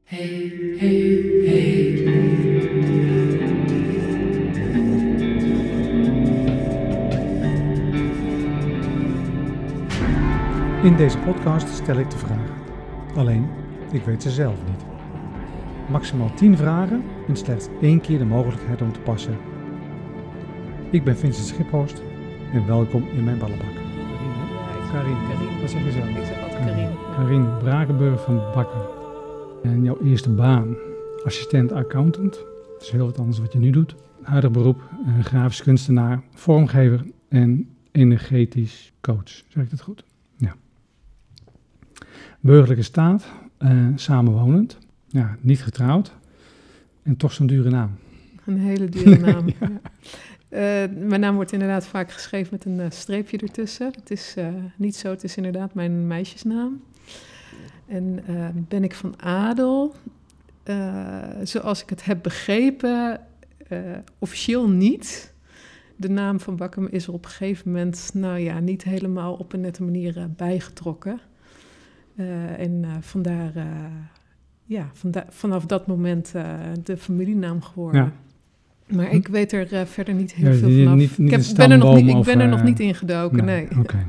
In deze podcast stel ik de vragen. Alleen, ik weet ze zelf niet. Maximaal 10 vragen en slechts 1 keer de mogelijkheid om te passen. Ik ben Vincent Schiphorst en welkom in mijn ballenbak. Karin, wat zeg je zelf? Ik zeg altijd Karin. Karin Brakenburg van Bakker. En jouw eerste baan, assistent accountant. Dat is heel wat anders wat je nu doet. Huidig beroep, grafisch kunstenaar, vormgever en energetisch coach. Zeg ik dat goed? Ja. Burgerlijke staat, samenwonend, ja, niet getrouwd en toch zo'n dure naam. Een hele dure naam. Ja. Mijn naam wordt inderdaad vaak geschreven met een streepje ertussen. Het is niet zo, het is inderdaad mijn meisjesnaam. En ben ik van adel? Zoals ik het heb begrepen, officieel niet. De naam van Bakker is er op een gegeven moment, niet helemaal op een nette manier bijgetrokken. Vandaar, vanaf dat moment de familienaam geworden. Ja. Maar ik weet er verder niet heel veel vanaf. Ik ben er nog niet ingedoken, nee. Oké.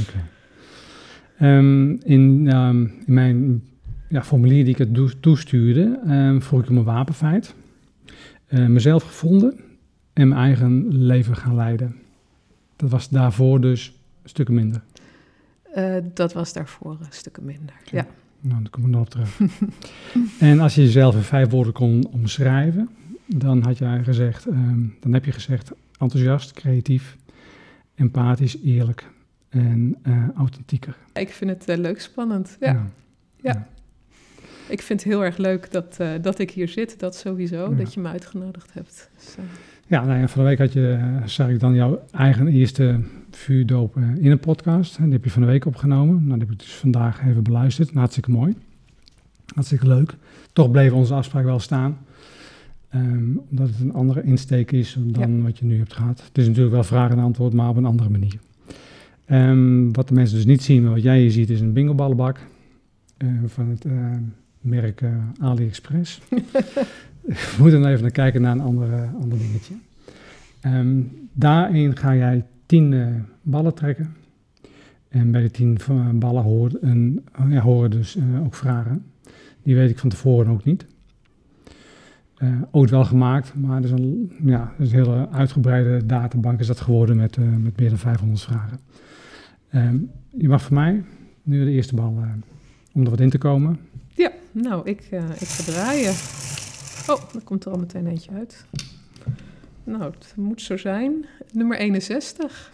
In mijn formulier die ik het toestuurde, vroeg ik om een wapenfeit. Mezelf gevonden en mijn eigen leven gaan leiden. Dat was daarvoor dus stukken minder. Dat was daarvoor stukken minder, ja. Nou, dan kom ik nog op terug. En als je jezelf in 5 woorden kon omschrijven, dan heb je gezegd enthousiast, creatief, empathisch, eerlijk en authentieker. Ik vind het leuk, spannend, ja. Ik vind het heel erg leuk dat ik hier zit, dat sowieso, dat je me uitgenodigd hebt. Dus, van de week zag ik dan jouw eigen eerste vuurdoop in een podcast. Die heb je van de week opgenomen. Nou, die heb ik dus vandaag even beluisterd. Hartstikke mooi. Hartstikke leuk. Toch bleef onze afspraak wel staan. Omdat het een andere insteek is dan wat je nu hebt gehad. Het is natuurlijk wel vraag en antwoord, maar op een andere manier. Wat de mensen dus niet zien, maar wat jij hier ziet, is een bingoballenbak. Van het merk AliExpress. We moeten even naar kijken naar een ander dingetje. Daarin ga jij 10 ballen trekken. En bij de 10 ballen horen dus ook vragen. Die weet ik van tevoren ook niet. Ooit wel gemaakt, maar dat is een hele uitgebreide databank is dat geworden met meer dan 500 vragen. Je mag voor mij nu de eerste bal om er wat in te komen. Ja, ik ga draaien. Oh, er komt er al meteen eentje uit. Nou, het moet zo zijn. Nummer 61.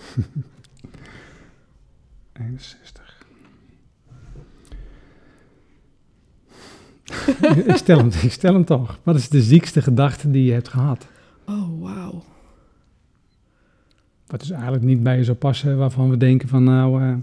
61. Ik stel hem toch. Wat is de ziekste gedachte die je hebt gehad? Oh, wauw. Wat dus eigenlijk niet bij je zou passen, waarvan we denken van Nee,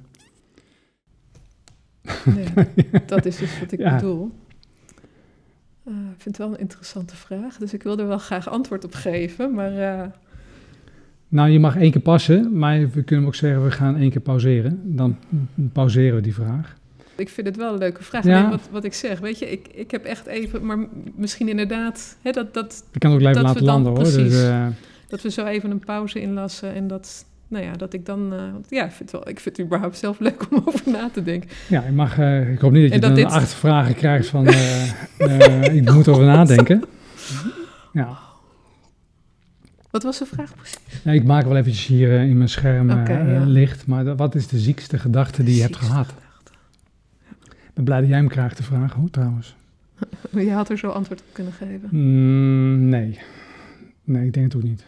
dat is dus wat ik bedoel. Ik vind het wel een interessante vraag, dus ik wil er wel graag antwoord op geven, maar... Nou, je mag 1 keer passen, maar we kunnen ook zeggen, we gaan 1 keer pauzeren. Dan pauzeren we die vraag. Ik vind het wel een leuke vraag. Ja. Wat ik zeg, weet je, ik heb echt even, maar misschien inderdaad... Je kan ook even laten landen, hoor. Precies, dus, dat we zo even een pauze inlassen en dat... dat ik dan... ik vind het überhaupt zelf leuk om over na te denken. Ja, ik hoop niet dat je dan 8 vragen krijgt van... ik moet over nadenken. Ja. Wat was de vraag precies? Ja, ik maak wel eventjes hier in mijn scherm licht. Maar wat is de ziekste gedachte die je hebt gehad? Ik ben blij dat jij hem krijgt, de vraag, hoor, trouwens. Je had er zo antwoord op kunnen geven. Nee. Nee, ik denk het ook niet.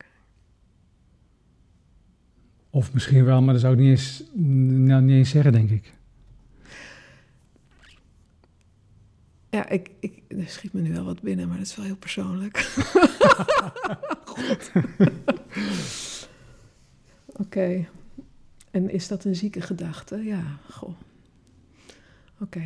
Of misschien wel, maar dat zou ik niet eens zeggen, denk ik. Ja, er schiet me nu wel wat binnen, maar dat is wel heel persoonlijk. God. Oké. En is dat een zieke gedachte? Ja, goh. Oké.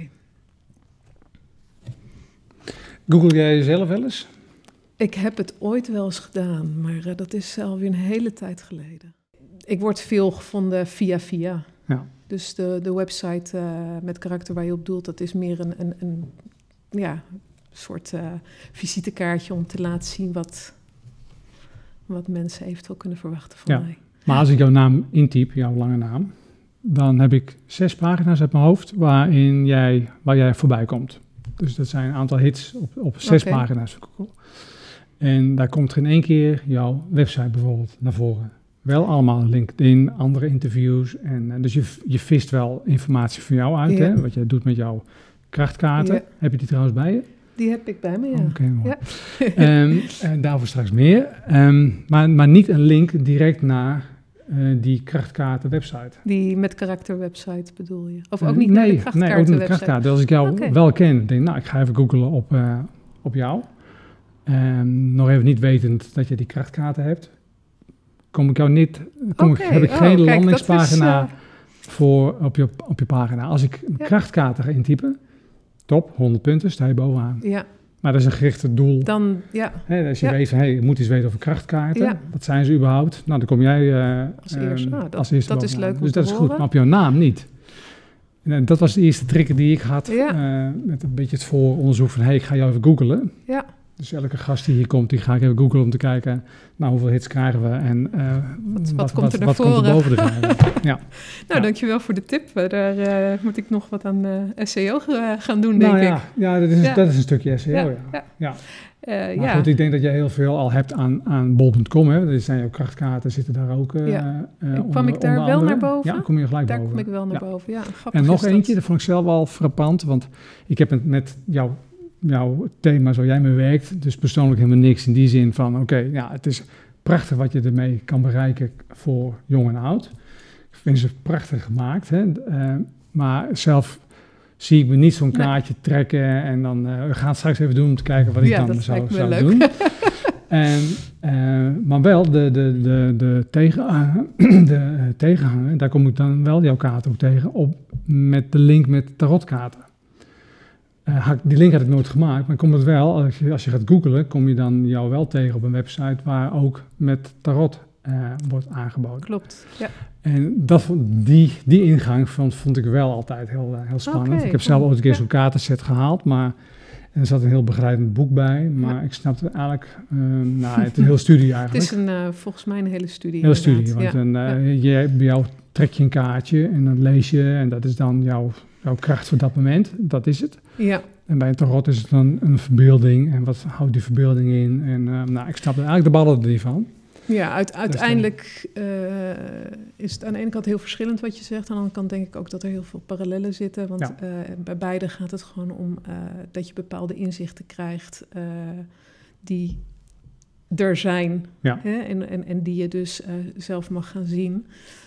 Google jij jezelf wel eens? Ik heb het ooit wel eens gedaan, maar dat is alweer een hele tijd geleden. Ik word veel gevonden via. Ja. Dus de website met karakter waar je op doelt, dat is meer een soort visitekaartje om te laten zien wat mensen eventueel kunnen verwachten van mij. Maar als ik jouw naam intyp, jouw lange naam, dan heb ik 6 pagina's uit mijn hoofd waar jij voorbij komt. Dus dat zijn een aantal hits op 6 pagina's van Google. En daar komt geen één keer jouw website bijvoorbeeld naar voren. Wel allemaal LinkedIn, andere interviews. En dus je vist wel informatie van jou uit, hè? Wat jij doet met jouw krachtkaarten. Ja. Heb je die trouwens bij je? Die heb ik bij me, ja. Oké, mooi. En daarvoor straks meer. Maar niet een link direct naar die krachtkaarten website. Die met karakter website bedoel je? Of ook niet naar de krachtkaarten Nee, ook niet de krachtkaarten. Dus als ik jou wel ken, denk ik, ik ga even googlen op jou. Nog even niet wetend dat je die krachtkaarten hebt. Heb ik geen landingspagina voor op je pagina. Als ik krachtkaarten ga intypen, top, 100 punten, sta je bovenaan. Ja. Maar dat is een gerichte doel. Dan, als je weet van, je moet iets weten over krachtkaarten. Ja. Wat zijn ze überhaupt? Nou, dan kom jij als eerste dat is leuk om dus te dat is horen. goed, maar op jouw naam niet. En dat was de eerste trick die ik had. Met een beetje het vooronderzoek van, ik ga jou even googlen. Ja. Dus elke gast die hier komt, die ga ik even googlen om te kijken, hoeveel hits krijgen we en wat komt er naar voren? Komt er boven de ja. Dankjewel voor de tip. Daar moet ik nog wat aan SEO gaan doen, denk ik. Ja, dat is een stukje SEO, maar goed, ik denk dat jij heel veel al hebt aan bol.com, hè. Er zijn jouw krachtkaarten, zitten daar ook kwam ik daar wel naar boven? Ja, kom je gelijk boven. Daar kom ik wel naar boven, ja. En nog eentje, dat vond ik zelf wel frappant, want ik heb met jouw thema, zo jij me werkt, dus persoonlijk helemaal niks in die zin van, het is prachtig wat je ermee kan bereiken voor jong en oud. Ik vind ze prachtig gemaakt, hè? Maar zelf zie ik me niet zo'n kaartje trekken en dan we gaan het straks even doen om te kijken wat ik dan zou doen. Maar wel de tegenhanger, daar kom ik dan wel jouw kaart ook tegen, met de link met tarotkaarten. Die link had ik nooit gemaakt, maar komt het wel, als je gaat googlen, kom je dan jou wel tegen op een website waar ook met tarot wordt aangeboden. Klopt, ja. En die ingang vond ik wel altijd heel spannend. Ik heb zelf ooit een keer zo'n kaartenset gehaald, maar er zat een heel begeleidend boek bij, maar ik snapte eigenlijk, het is een hele studie eigenlijk. Het is volgens mij een hele studie. Hele studie, want bij jou trek je een kaartje en dan lees je en dat is dan jouw kracht voor dat moment, dat is het. Ja. En bij een tarot is het dan een verbeelding en wat houdt die verbeelding in? En ik snap eigenlijk de ballen er niet van. Ja, uiteindelijk is het aan de ene kant heel verschillend wat je zegt. Aan de andere kant denk ik ook dat er heel veel parallellen zitten. Want bij beide gaat het gewoon om dat je bepaalde inzichten krijgt die er zijn. Ja. Hè? En die je dus zelf mag gaan zien.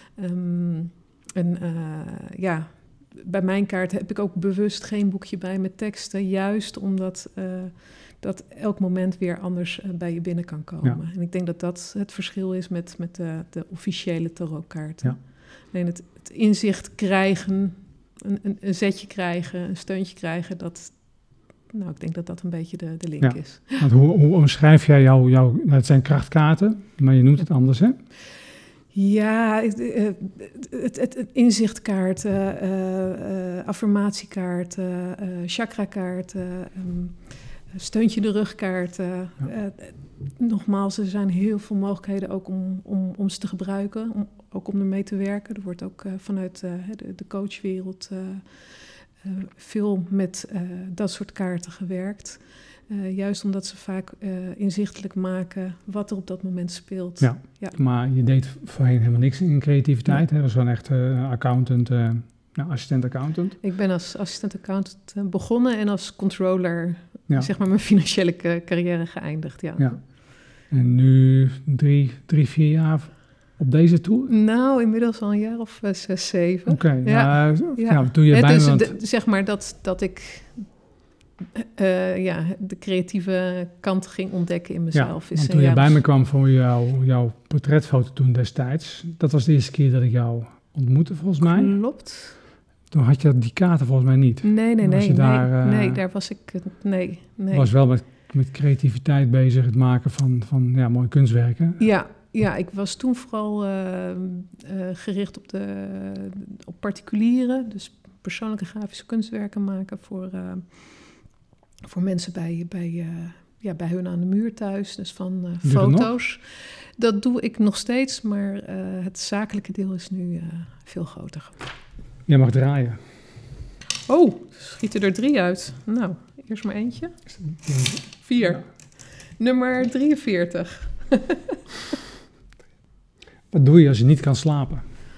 Bij mijn kaart heb ik ook bewust geen boekje bij met teksten. Juist omdat dat elk moment weer anders bij je binnen kan komen. Ja. En ik denk dat dat het verschil is met de officiële tarotkaarten. Ja. Alleen het inzicht krijgen, een zetje krijgen, een steuntje krijgen, ik denk dat dat een beetje de link is. Want hoe omschrijf jij jouw het zijn krachtkaarten, maar je noemt het anders, hè? Ja, het inzichtkaarten, affirmatiekaarten, chakrakaarten, steuntje de rugkaarten. Nogmaals, er zijn heel veel mogelijkheden ook om ze te gebruiken, ook om ermee te werken. Er wordt ook vanuit de coachwereld veel met dat soort kaarten gewerkt. Juist omdat ze vaak inzichtelijk maken wat er op dat moment speelt. Ja. Maar je deed voorheen helemaal niks in creativiteit. Hè? Dat was gewoon echt accountant, assistent-accountant. Ik ben als assistent-accountant begonnen en als controller zeg maar mijn financiële carrière geëindigd. Ja. En nu 3-4 jaar op deze tour? Nou, inmiddels al een jaar of 6, 7. Oké, toen je bij me... zeg maar dat ik... de creatieve kant ging ontdekken in mezelf. Want toen je bij me kwam voor jouw portretfoto toen destijds, dat was de eerste keer dat ik jou ontmoette volgens mij. Klopt. Toen had je die kaarten volgens mij niet. Nee, daar was ik... Nee. Was wel met creativiteit bezig, het maken van mooie kunstwerken. Ja, ik was toen vooral gericht op particulieren, dus persoonlijke grafische kunstwerken maken voor voor mensen bij hun aan de muur thuis. Dus van Doe je dat foto's. Dat doe ik nog steeds, maar het zakelijke deel is nu veel groter. Je mag draaien. Oh, schieten er 3 uit. Nou, eerst maar eentje. 4. Ja. Nummer 43. Wat doe je als je niet kan slapen?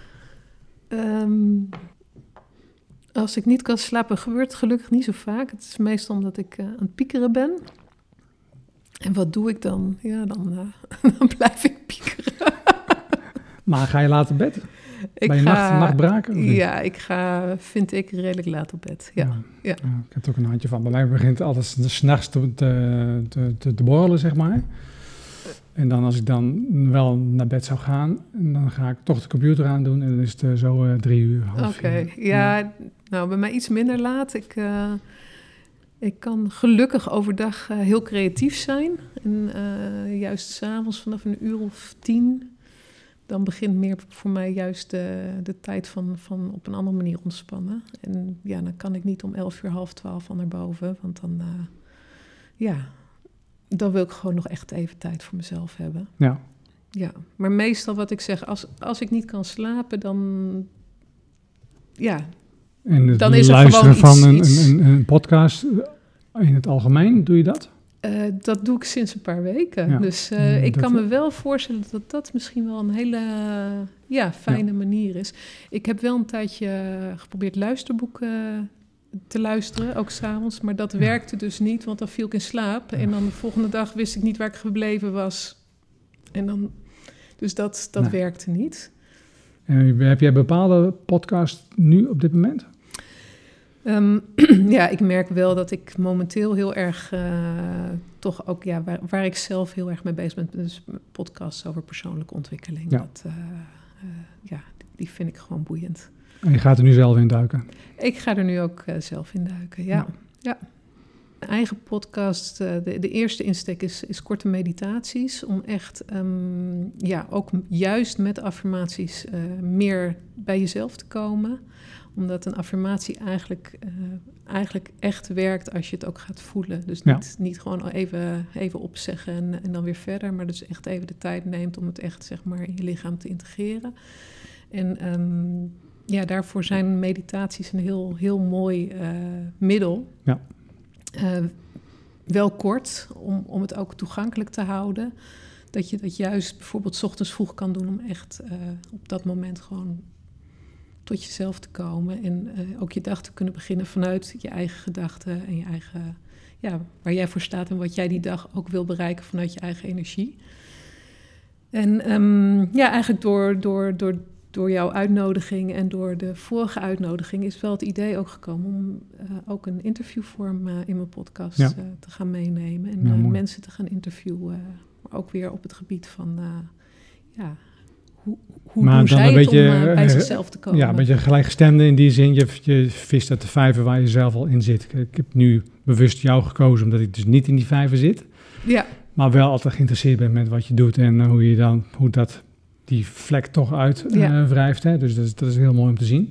Als ik niet kan slapen, gebeurt het gelukkig niet zo vaak. Het is meestal omdat ik aan het piekeren ben. En wat doe ik dan? Ja, dan blijf ik piekeren. Maar ga je later bed? Bij je nachtbraken? Ja, vind ik, redelijk laat op bed. Ja. Ik heb er ook een handje van. Bij mij begint het altijd 's nachts te borrelen, zeg maar. En dan als ik dan wel naar bed zou gaan, dan ga ik toch de computer aandoen en dan is het zo 3 uur, half 4. Oké, ja, nou bij mij iets minder laat. Ik kan gelukkig overdag heel creatief zijn. En juist 's avonds vanaf een uur of 10... dan begint meer voor mij juist de tijd van op een andere manier ontspannen. En ja, dan kan ik niet om 11 uur, half 12 al naar boven. Want dan, dan wil ik gewoon nog echt even tijd voor mezelf hebben. Ja. Ja, maar meestal wat ik zeg, als ik niet kan slapen, dan... Ja, En het dan is er luisteren gewoon van een podcast in het algemeen, doe je dat? Dat doe ik sinds een paar weken. Ja. Dus ik kan me wel voorstellen dat dat misschien wel een hele fijne manier is. Ik heb wel een tijdje geprobeerd luisterboeken te luisteren, ook 's avonds. Maar dat werkte dus niet, want dan viel ik in slaap. En dan de volgende dag wist ik niet waar ik gebleven was. En dan, dus dat werkte niet. En heb jij bepaalde podcasts nu op dit moment? Ja, ik merk wel dat ik momenteel heel erg toch ook, waar ik zelf heel erg mee bezig ben, dus podcasts over persoonlijke ontwikkeling. Ja. Die vind ik gewoon boeiend. En je gaat er nu zelf in duiken? Ik ga er nu ook zelf in duiken, ja. Mijn eigen podcast, de eerste insteek is korte meditaties, om echt, ook juist met affirmaties meer bij jezelf te komen. Omdat een affirmatie eigenlijk echt werkt als je het ook gaat voelen. Dus niet gewoon even opzeggen en dan weer verder. Maar dus echt even de tijd neemt om het echt, zeg maar, in je lichaam te integreren. En daarvoor zijn meditaties een heel, heel mooi middel. Ja. Wel kort, om het ook toegankelijk te houden. Dat je dat juist bijvoorbeeld 's ochtends vroeg kan doen om echt op dat moment gewoon tot jezelf te komen en ook je dag te kunnen beginnen vanuit je eigen gedachten en je eigen, waar jij voor staat en wat jij die dag ook wil bereiken vanuit je eigen energie. En eigenlijk door jouw uitnodiging en door de vorige uitnodiging is wel het idee ook gekomen om ook een interviewvorm in mijn podcast te gaan meenemen en mensen te gaan interviewen, maar ook weer op het gebied van hoe doen zij het om bij zichzelf te komen? Ja, een beetje gelijkgestemde in die zin. Je vist uit de vijver waar je zelf al in zit. Ik heb nu bewust jou gekozen omdat ik dus niet in die vijver zit. Ja. Maar wel altijd geïnteresseerd ben met wat je doet en hoe die vlek toch uitwrijft. Dus dat is heel mooi om te zien.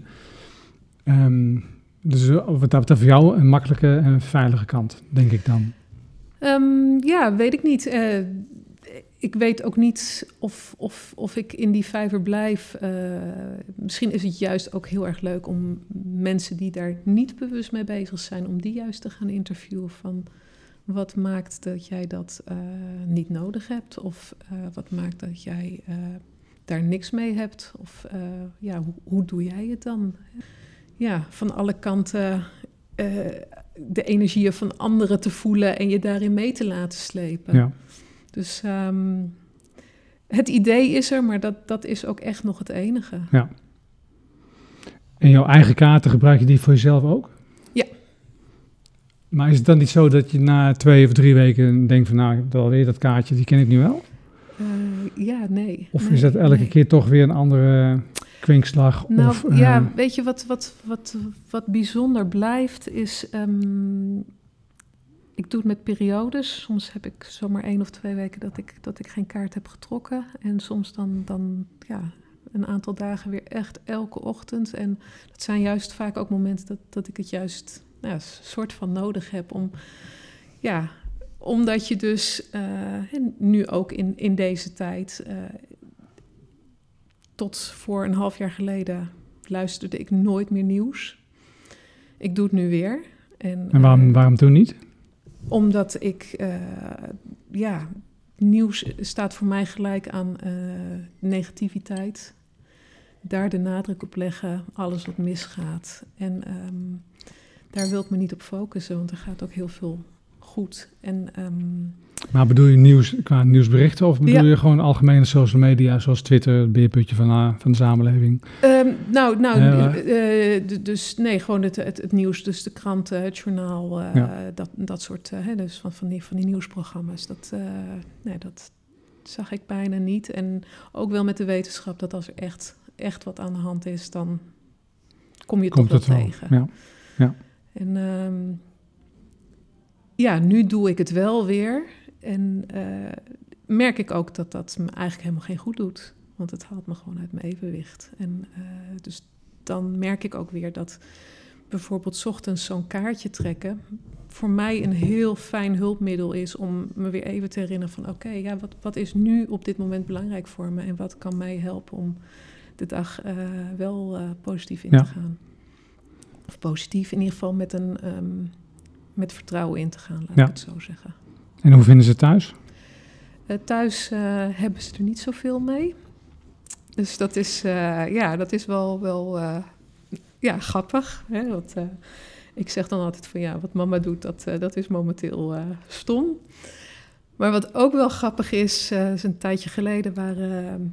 Dus wat dat betreft voor jou een makkelijke en veilige kant, denk ik dan. Weet ik niet. Ik weet ook niet of ik in die vijver blijf. Misschien is het juist ook heel erg leuk om mensen die daar niet bewust mee bezig zijn, om die juist te gaan interviewen van wat maakt dat jij dat niet nodig hebt? Of wat maakt dat jij daar niks mee hebt? Of hoe doe jij het dan? Ja, van alle kanten de energieën van anderen te voelen en je daarin mee te laten slepen. Ja. Dus het idee is er, maar dat is ook echt nog het enige. Ja. En jouw eigen kaarten, gebruik je die voor jezelf ook? Ja. Maar is het dan niet zo dat je na 2 of 3 weken denkt van, ik heb alweer dat kaartje, die ken ik nu wel? Nee. Of is dat elke keer toch weer een andere kwinkslag? Nou, weet je wat bijzonder blijft is, ik doe het met periodes. Soms heb ik zomaar 1 of 2 weken dat ik geen kaart heb getrokken. En soms dan een aantal dagen weer echt elke ochtend. En dat zijn juist vaak ook momenten dat ik het juist een soort van nodig heb om omdat je dus nu ook in deze tijd... tot voor een half jaar geleden luisterde ik nooit meer nieuws. Ik doe het nu weer. En waarom toen niet? Omdat ik... nieuws staat voor mij gelijk aan negativiteit. Daar de nadruk op leggen, alles wat misgaat. En daar wil ik me niet op focussen, want er gaat ook heel veel goed. Maar bedoel je nieuws qua nieuwsberichten of bedoel je gewoon algemene social media zoals Twitter, het beerputje van de samenleving? Dus nee, gewoon het nieuws, dus de kranten, het journaal, dat soort, dus van die nieuwsprogramma's. Dat zag ik bijna niet. En ook wel met de wetenschap dat als er echt wat aan de hand is, dan kom je het toch wel tegen. Ja. En nu doe ik het wel weer. En merk ik ook dat dat me eigenlijk helemaal geen goed doet. Want het haalt me gewoon uit mijn evenwicht. En dus dan merk ik ook weer dat bijvoorbeeld 's ochtends zo'n kaartje trekken... voor mij een heel fijn hulpmiddel is om me weer even te herinneren van... oké, wat is nu op dit moment belangrijk voor me... en wat kan mij helpen om de dag wel positief in te gaan. Of positief in ieder geval met vertrouwen in te gaan, laat ik het zo zeggen. En hoe vinden ze het thuis? Thuis hebben ze er niet zoveel mee. Dus dat is wel grappig. Hè? Want, ik zeg dan altijd van wat mama doet, dat is momenteel stom. Maar wat ook wel grappig is een tijdje geleden waren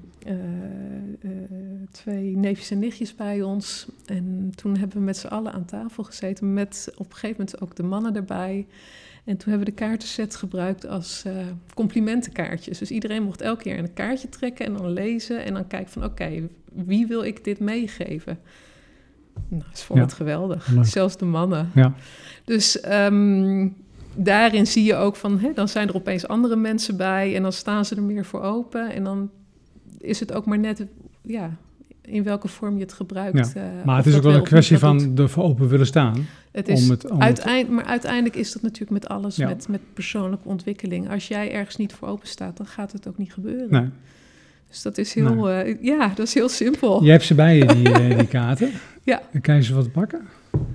2 neefjes en nichtjes bij ons. En toen hebben we met z'n allen aan tafel gezeten met op een gegeven moment ook de mannen erbij. En toen hebben we de kaartenset gebruikt als complimentenkaartjes. Dus iedereen mocht elke keer een kaartje trekken en dan lezen. En dan kijken van oké, wie wil ik dit meegeven? Nou, ze vonden het geweldig. Leuk. Zelfs de mannen. Ja. Dus daarin zie je ook van, dan zijn er opeens andere mensen bij. En dan staan ze er meer voor open. En dan is het ook maar net, in welke vorm je het gebruikt. Maar het is ook wel een kwestie van ervoor open willen staan. Maar uiteindelijk is dat natuurlijk met alles, met persoonlijke ontwikkeling. Als jij ergens niet voor open staat, dan gaat het ook niet gebeuren. Nee. Dus dat is heel, dat is heel simpel. Je hebt ze bij je, die kaarten. Ja. Dan kan je ze wat pakken.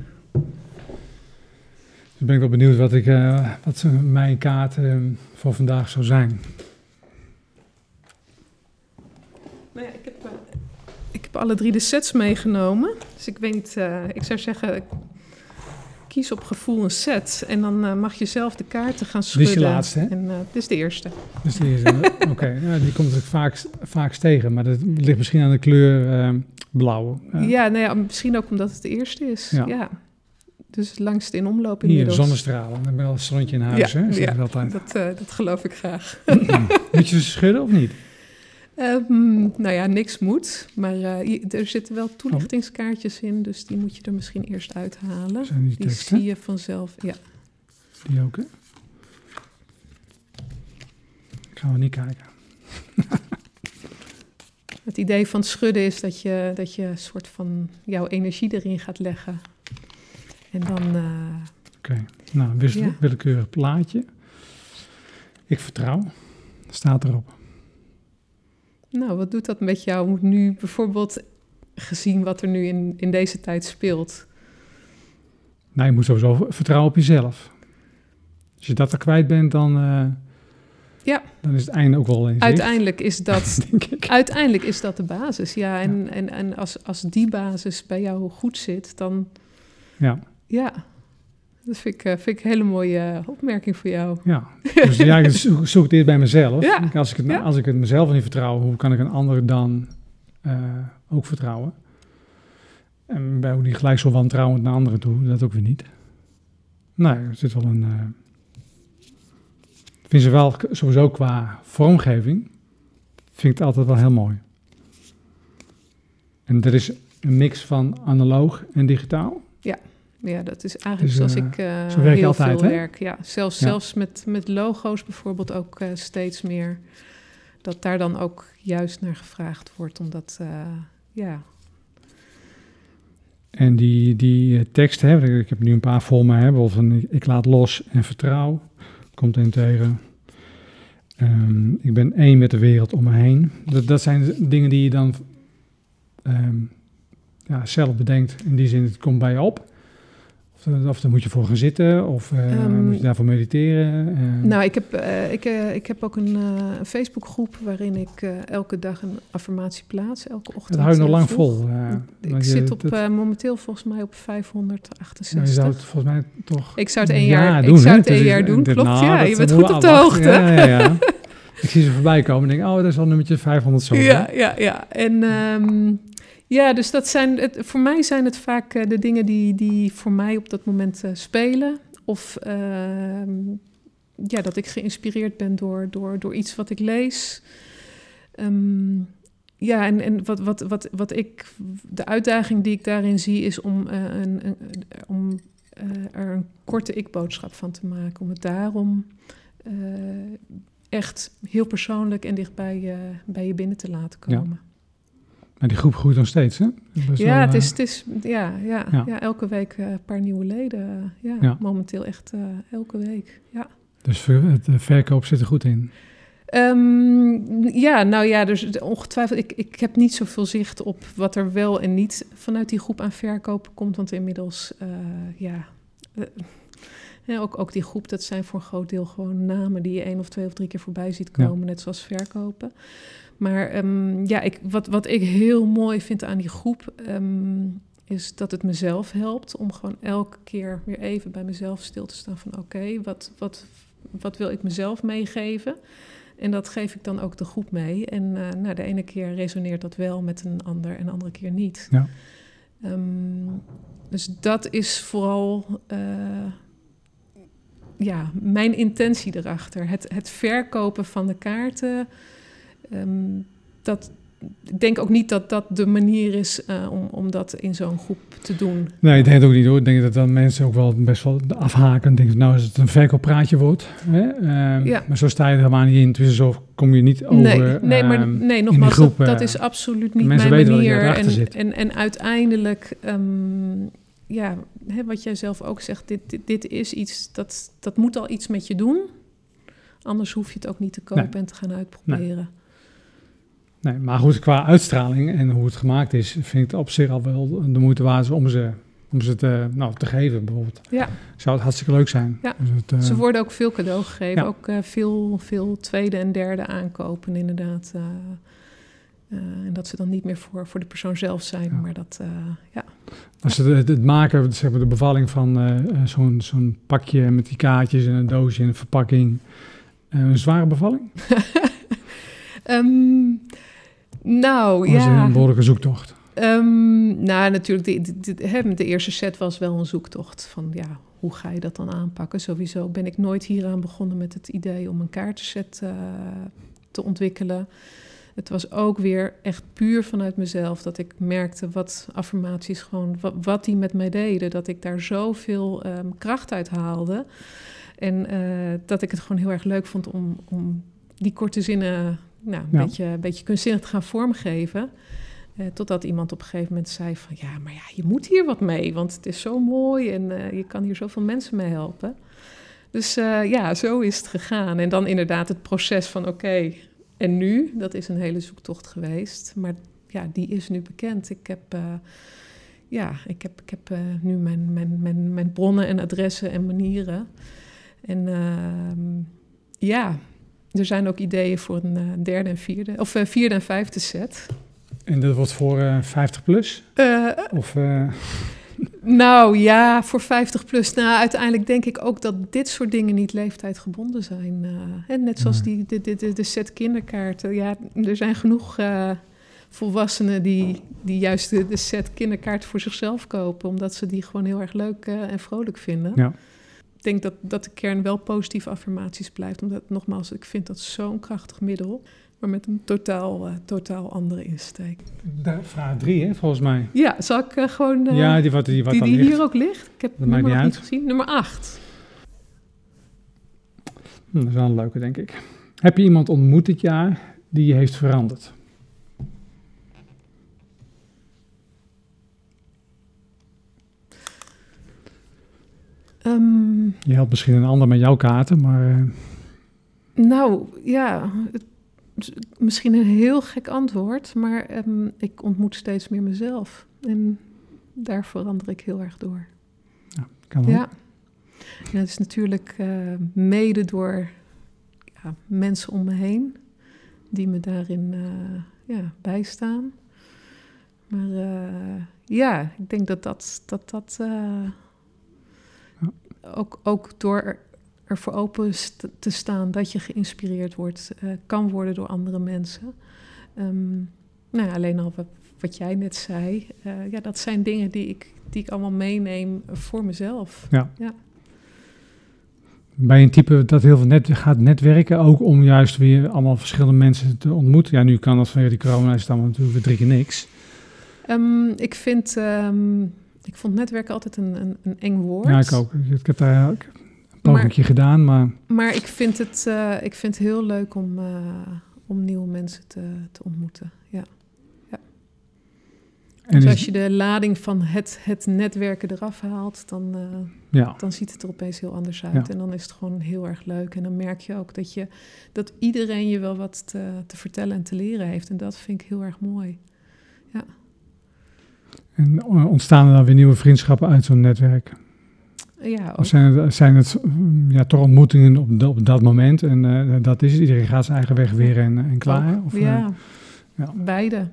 Dus ben ik wel benieuwd wat mijn kaart voor vandaag zou zijn. Nou ja, ik heb alle 3 de sets meegenomen. Dus ik weet niet, ik zou zeggen, kies op gevoel een set. En dan mag je zelf de kaarten gaan schudden. Dit is de laatste, hè? En dit is de eerste. Dit is de eerste, oké. Ja, die komt natuurlijk vaak tegen. Maar dat ligt misschien aan de kleur blauw. Misschien ook omdat het de eerste is. Ja. Dus het langste in omloop Hier, inmiddels. Zonnestralen. Dan ben je al een zonnetje in huis, hè? Dat geloof ik graag. Moet je ze schudden of niet? Niks moet. Maar er zitten wel toelichtingskaartjes in, dus die moet je er misschien eerst uithalen. Zijn die zie je vanzelf, ja. Die ook, hè? Ik ga wel niet kijken. Het idee van het schudden is dat je een soort van jouw energie erin gaat leggen. En dan... Oké. Willekeurig plaatje. Ik vertrouw. Staat erop. Nou, wat doet dat met jou nu bijvoorbeeld gezien wat er nu in deze tijd speelt? Nou, je moet sowieso vertrouwen op jezelf. Als je dat er kwijt bent, dan is het einde ook wel eens. Uiteindelijk is dat de basis. Ja, en als die basis bij jou goed zit, dan... Ja, dat vind ik een hele mooie opmerking voor jou. Ja, dus ik zoek het eerst bij mezelf. Ja. Als ik het mezelf niet vertrouw, hoe kan ik een ander dan ook vertrouwen? En bij hoe die gelijk zo wantrouwend naar anderen toe, dat ook weer niet. Nee, er zit wel een... Ik vind ze wel sowieso qua vormgeving, vind ik het altijd wel heel mooi. En er is een mix van analoog en digitaal. Ja, dat is eigenlijk zoals ik heel veel werk. Ja, zelfs met logo's bijvoorbeeld ook steeds meer. Dat daar dan ook juist naar gevraagd wordt, omdat, En die teksten, ik heb nu een paar voor me, bijvoorbeeld van ik laat los en vertrouw. komt een tegen. Ik ben één met de wereld om me heen. Dat zijn dingen die je dan zelf bedenkt. In die zin, het komt bij je op. Of daar moet je voor gaan zitten, of moet je daarvoor mediteren? Nou, ik heb ook een Facebookgroep waarin ik elke dag een affirmatie plaats, elke ochtend. Dat hou je nog lang vol. Ik zit momenteel volgens mij op 568. Nou, je zou het volgens mij toch... Ik zou het 1 jaar doen. Ik zou het 1 jaar doen, klopt. Je bent goed op de hoogte. Ja. Ik zie ze voorbij komen en denk, dat is wel nummertje 500 zo. Ja. En... dus voor mij zijn het vaak de dingen die voor mij op dat moment spelen. Of dat ik geïnspireerd ben door iets wat ik lees. En wat ik, de uitdaging die ik daarin zie is om er een korte ik-boodschap van te maken. Om het daarom echt heel persoonlijk en dicht bij je binnen te laten komen. Ja. Maar die groep groeit nog steeds, hè? Ja, het is elke week een paar nieuwe leden. Momenteel echt elke week, ja. Dus het verkoop zit er goed in? Dus ongetwijfeld. Ik heb niet zoveel zicht op wat er wel en niet vanuit die groep aan verkopen komt. Want inmiddels, ook die groep, dat zijn voor een groot deel gewoon namen die je 1 of 2 of 3 keer voorbij ziet komen, net zoals verkopen. Maar wat ik heel mooi vind aan die groep, is dat het mezelf helpt om gewoon elke keer weer even bij mezelf stil te staan van oké, wat wil ik mezelf meegeven? En dat geef ik dan ook de groep mee. En de ene keer resoneert dat wel met een ander en de andere keer niet. Ja. Dus dat is vooral mijn intentie erachter. Het verkopen van de kaarten. Ik denk ook niet dat dat de manier is om dat in zo'n groep te doen. Nee, ik denk het ook niet hoor. Ik denk dat dan mensen ook wel best wel afhaken. Ik denk, nou als het een verkooppraatje wordt. Hè? Maar zo sta je er helemaal niet in. Dus zo kom je niet over Nee, nogmaals, groep, dat is absoluut niet mijn manier. En uiteindelijk, wat jij zelf ook zegt, dit is iets, dat moet al iets met je doen. Anders hoef je het ook niet te kopen en te gaan uitproberen. Nee, maar goed, qua uitstraling en hoe het gemaakt is, vind ik het op zich al wel de moeite waard om ze te geven, bijvoorbeeld. Ja. Zou het hartstikke leuk zijn. Ja. Dus ze worden ook veel cadeau gegeven. Ja. Ook veel tweede en derde aankopen, inderdaad. En dat ze dan niet meer voor de persoon zelf zijn, maar dat, Als het maken, zeg maar, de bevalling van zo'n pakje met die kaartjes en een doosje en een verpakking, een zware bevalling? Nou, is een behoorlijke zoektocht? Natuurlijk, de eerste set was wel een zoektocht van, hoe ga je dat dan aanpakken? Sowieso ben ik nooit hieraan begonnen met het idee om een kaartenset te ontwikkelen. Het was ook weer echt puur vanuit mezelf dat ik merkte wat affirmaties gewoon, wat die met mij deden. Dat ik daar zoveel kracht uit haalde. En dat ik het gewoon heel erg leuk vond om die korte zinnen een beetje kunstzinnig te gaan vormgeven. Totdat iemand op een gegeven moment zei van, je moet hier wat mee, want het is zo mooi en je kan hier zoveel mensen mee helpen. Dus zo is het gegaan. En dan inderdaad het proces van oké, en nu? Dat is een hele zoektocht geweest. Maar die is nu bekend. Ik heb nu mijn bronnen en adressen en manieren. En er zijn ook ideeën voor een derde en vierde en vijfde set. En dat wordt voor 50 plus? Voor 50 plus. Uiteindelijk denk ik ook dat dit soort dingen niet leeftijdgebonden zijn. Net zoals de set kinderkaarten. Er zijn genoeg volwassenen die juist de set kinderkaarten voor zichzelf kopen, omdat ze die gewoon heel erg leuk en vrolijk vinden. Ja. Ik denk dat de kern wel positieve affirmaties blijft. Omdat, nogmaals, ik vind dat zo'n krachtig middel, maar met een totaal andere insteek. Vraag 3, hè, volgens mij. Ja, zal ik gewoon... die hier ook ligt. Ik heb dat maakt niet uit. Gezien. Nummer 8. Dat is wel een leuke, denk ik. Heb je iemand ontmoet dit jaar die je heeft veranderd? Je helpt misschien een ander met jouw kaarten, maar... Nou, ja, misschien een heel gek antwoord, maar ik ontmoet steeds meer mezelf. En daar verander ik heel erg door. Ja, kan ook. Ja. En dat is natuurlijk mede door mensen om me heen die me daarin bijstaan. Maar ik denk dat ook door ervoor open te staan dat je geïnspireerd wordt, kan worden door andere mensen. Alleen al wat jij net zei, dat zijn dingen die ik allemaal meeneem voor mezelf. Ja. Ja. Ben je een type dat heel veel gaat netwerken, ook om juist weer allemaal verschillende mensen te ontmoeten? Ja, nu kan dat vanwege die corona is het dan natuurlijk weer 3 keer niks. Ik vond netwerken altijd een eng woord. Ja, ik ook. Ik heb daar een pogingje gedaan, maar... Maar ik vind het heel leuk om nieuwe mensen te ontmoeten, ja. En dus als je de lading van het netwerken eraf haalt, dan ziet het er opeens heel anders uit. Ja. En dan is het gewoon heel erg leuk. En dan merk je ook dat iedereen je wel wat te vertellen en te leren heeft. En dat vind ik heel erg mooi. Ja. En ontstaan er dan weer nieuwe vriendschappen uit zo'n netwerk? Ja, ook. Of zijn het toch ontmoetingen op dat moment? En dat is het. Iedereen gaat zijn eigen weg weer en klaar? Ook, beide.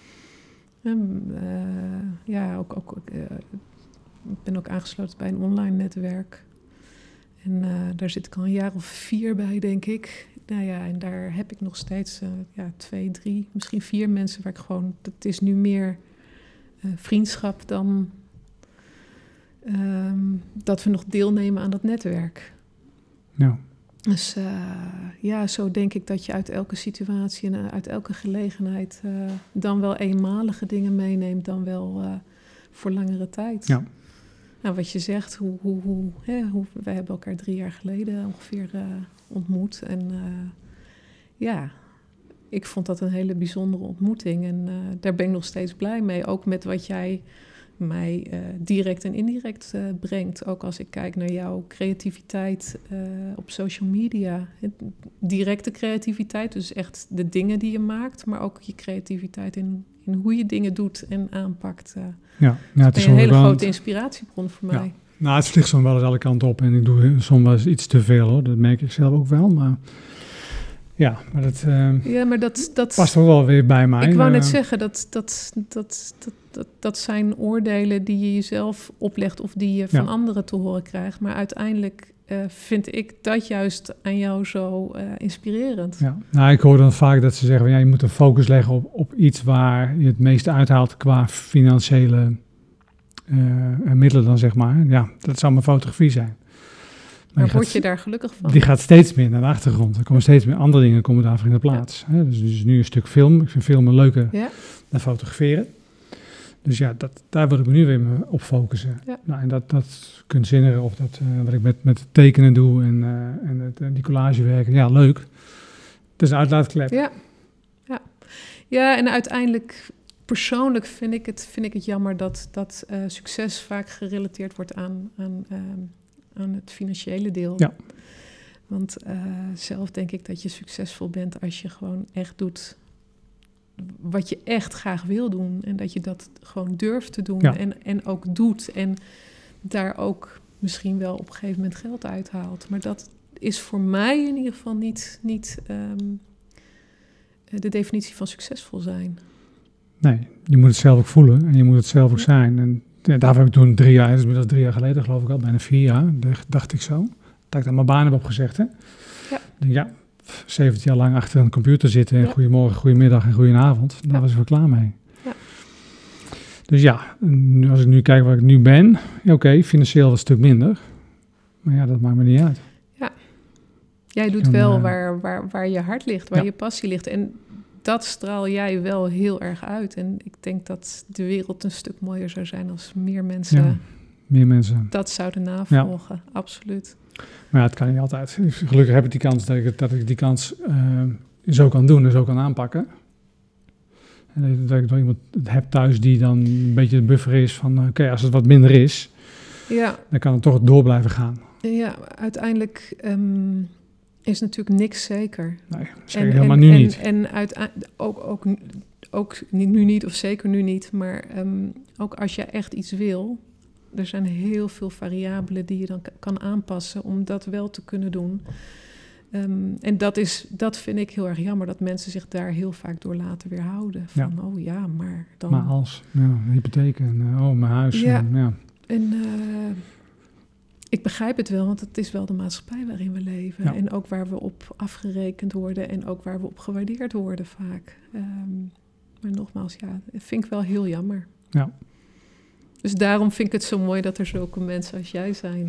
Ik ben ook aangesloten bij een online netwerk. En daar zit ik al een jaar of 4 bij, denk ik. Nou ja, en daar heb ik nog steeds 2, 3, misschien 4 mensen waar ik gewoon... Het is nu meer vriendschap dan dat we nog deelnemen aan dat netwerk. Ja. Dus zo denk ik dat je uit elke situatie en uit elke gelegenheid dan wel eenmalige dingen meeneemt, dan wel voor langere tijd. Ja. Nou, wat je zegt, wij hebben elkaar 3 jaar geleden ongeveer ontmoet. En ik vond dat een hele bijzondere ontmoeting. En daar ben ik nog steeds blij mee. Ook met wat jij mij direct en indirect brengt. Ook als ik kijk naar jouw creativiteit op social media. Directe creativiteit, dus echt de dingen die je maakt. Maar ook je creativiteit in hoe je dingen doet en aanpakt. Het is een hele grote inspiratiebron voor mij. Ja. Nou, het vliegt soms wel eens alle kanten op. En ik doe soms wel eens iets te veel, hoor. Dat merk ik zelf ook wel, maar... Ja, maar dat past ook wel weer bij mij. Ik wou net zeggen, dat zijn oordelen die je jezelf oplegt of die je van anderen te horen krijgt. Maar uiteindelijk vind ik dat juist aan jou zo inspirerend. Ja. Nou, ik hoor dan vaak dat ze zeggen, je moet een focus leggen op iets waar je het meeste uithaalt qua financiële middelen dan, zeg maar. Ja, dat zou mijn fotografie zijn. Maar word je daar gelukkig van? Die gaat steeds meer naar de achtergrond. Er komen steeds meer andere dingen daarvoor in de plaats. Ja. Dus nu een stuk film. Ik vind film een leuke naar fotograferen. Dus daar wil ik me nu weer op focussen. Ja. Nou, en dat kunstzinnige of dat wat ik met tekenen doe en die collagewerken. Ja, leuk. Het is een uitlaatklep. Ja, en uiteindelijk... Persoonlijk vind ik het jammer dat succes vaak gerelateerd wordt aan het financiële deel. Ja. Want zelf denk ik dat je succesvol bent als je gewoon echt doet wat je echt graag wil doen. En dat je dat gewoon durft te doen en ook doet. En daar ook misschien wel op een gegeven moment geld uithaalt. Maar dat is voor mij in ieder geval niet de definitie van succesvol zijn. Nee, je moet het zelf ook voelen en je moet het zelf ook zijn. En daarvoor heb ik toen 3 jaar, dat is 3 jaar geleden geloof ik al, bijna 4 jaar, dacht ik zo. Dat ik daar mijn baan heb opgezegd. Hè? Ja. 17 jaar lang achter een computer zitten en goedemorgen, goedemiddag en goedenavond. Daar was ik wel klaar mee. Ja. Dus als ik nu kijk waar ik nu ben, oké, financieel een stuk minder. Maar dat maakt me niet uit. Ja, jij doet wel waar je hart ligt, waar je passie ligt. En dat straal jij wel heel erg uit. En ik denk dat de wereld een stuk mooier zou zijn als meer mensen dat zouden navolgen. Ja. Absoluut. Maar het kan niet altijd. Gelukkig heb ik die kans dat ik die kans zo kan doen en zo kan aanpakken. En dat ik nog iemand heb thuis die dan een beetje de buffer is van... Oké, als het wat minder is, dan kan het toch door blijven gaan. Ja, uiteindelijk is natuurlijk niks zeker. Nee, zeker helemaal nu niet. En ook nu niet, of zeker nu niet, maar ook als je echt iets wil, er zijn heel veel variabelen die je dan kan aanpassen om dat wel te kunnen doen. En dat vind ik heel erg jammer, dat mensen zich daar heel vaak door laten weerhouden. Van, maar dan... Maar als, hypotheek en mijn huis. Ja. En ik begrijp het wel, want het is wel de maatschappij waarin we leven. Ja. En ook waar we op afgerekend worden en ook waar we op gewaardeerd worden vaak. Maar nogmaals, dat vind ik wel heel jammer. Ja. Dus daarom vind ik het zo mooi dat er zulke mensen als jij zijn.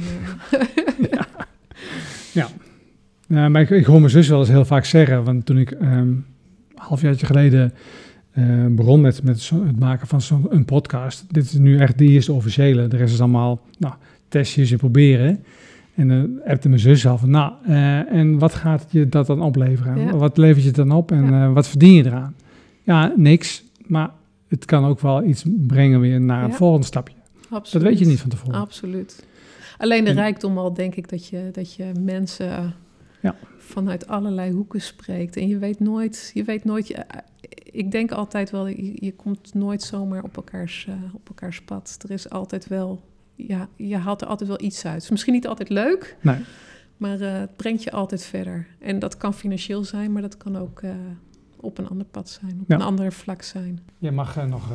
Ja, maar ik hoor mijn zus wel eens heel vaak zeggen, want toen ik een halfjaartje geleden begon met het maken van een podcast. Dit is nu echt de eerste officiële. De rest is allemaal testjes en proberen. En dan appte mijn zus al van, en wat gaat je dat dan opleveren? Ja. Wat levert je dan op en wat verdien je eraan? Ja, niks, maar het kan ook wel iets brengen weer naar het volgende stapje. Absoluut. Dat weet je niet van tevoren. Absoluut. Alleen de rijkdom al, denk ik, dat je mensen vanuit allerlei hoeken spreekt. En je weet nooit. Ik denk altijd wel, je komt nooit zomaar op elkaars pad. Er is altijd wel, je haalt er altijd wel iets uit. Het is misschien niet altijd leuk, maar het brengt je altijd verder. En dat kan financieel zijn, maar dat kan ook op een ander pad zijn, op een ander vlak zijn. Je mag nog...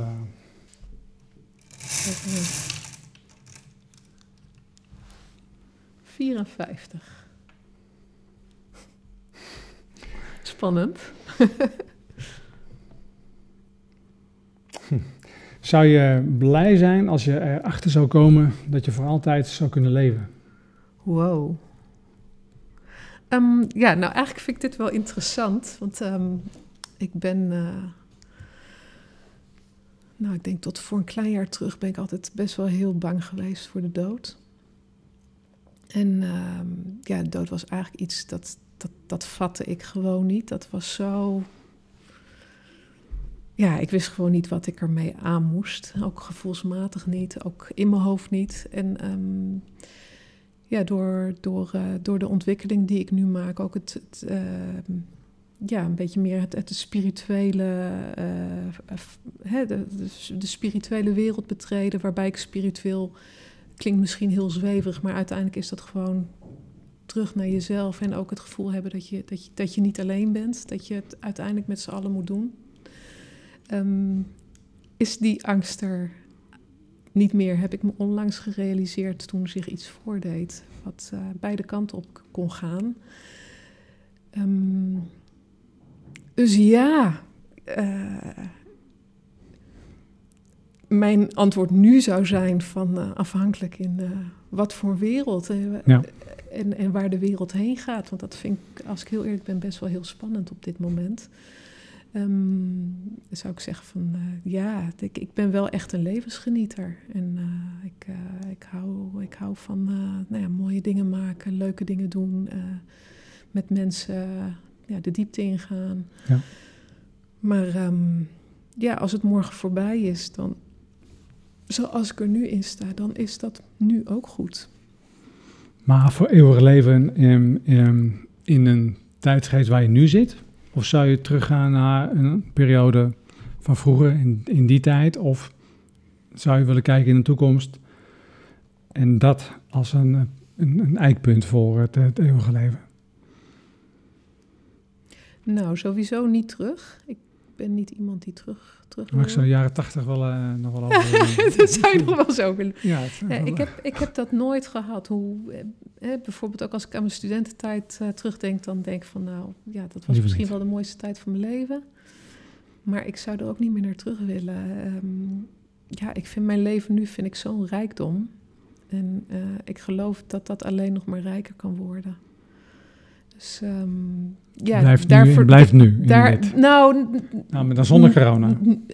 54. Spannend. Zou je blij zijn als je erachter zou komen dat je voor altijd zou kunnen leven? Wow. Eigenlijk vind ik dit wel interessant. Want ik ben... ik denk tot voor een klein jaar terug ben ik altijd best wel heel bang geweest voor de dood. En de dood was eigenlijk iets dat vatte ik gewoon niet. Dat was zo... Ja, ik wist gewoon niet wat ik ermee aan moest. Ook gevoelsmatig niet, ook in mijn hoofd niet. En door de ontwikkeling die ik nu maak, ook een beetje meer het spirituele, de spirituele wereld betreden, waarbij ik spiritueel, klinkt misschien heel zweverig, maar uiteindelijk is dat gewoon terug naar jezelf en ook het gevoel hebben dat je niet alleen bent, dat je het uiteindelijk met z'n allen moet doen. Is die angst er niet meer, heb ik me onlangs gerealiseerd toen zich iets voordeed, wat beide kanten op kon gaan. Dus mijn antwoord nu zou zijn van afhankelijk in wat voor wereld en waar de wereld heen gaat. Want dat vind ik, als ik heel eerlijk ben, best wel heel spannend op dit moment. Zou ik zeggen van ik ben wel echt een levensgenieter. En ik hou van mooie dingen maken, leuke dingen doen, met mensen de diepte ingaan. Ja. Maar als het morgen voorbij is, dan, zoals ik er nu in sta, dan is dat nu ook goed. Maar voor eeuwig leven in een tijdsgeest waar je nu zit? Of zou je teruggaan naar een periode van vroeger, in die tijd? Of zou je willen kijken in de toekomst en dat als een eikpunt voor het eeuwige leven? Nou, sowieso niet terug. Ik ben niet iemand die terug maar ik zou de jaren 80 nog wel over... Dat zou je nog wel zo willen. Ja, ik heb dat nooit gehad. Bijvoorbeeld ook als ik aan mijn studententijd terugdenk, dan denk ik van dat was misschien wel de mooiste tijd van mijn leven. Maar ik zou er ook niet meer naar terug willen. Ik vind mijn leven nu zo'n rijkdom. En ik geloof dat dat alleen nog maar rijker kan worden. Dus blijf nu. Maar dan zonder corona.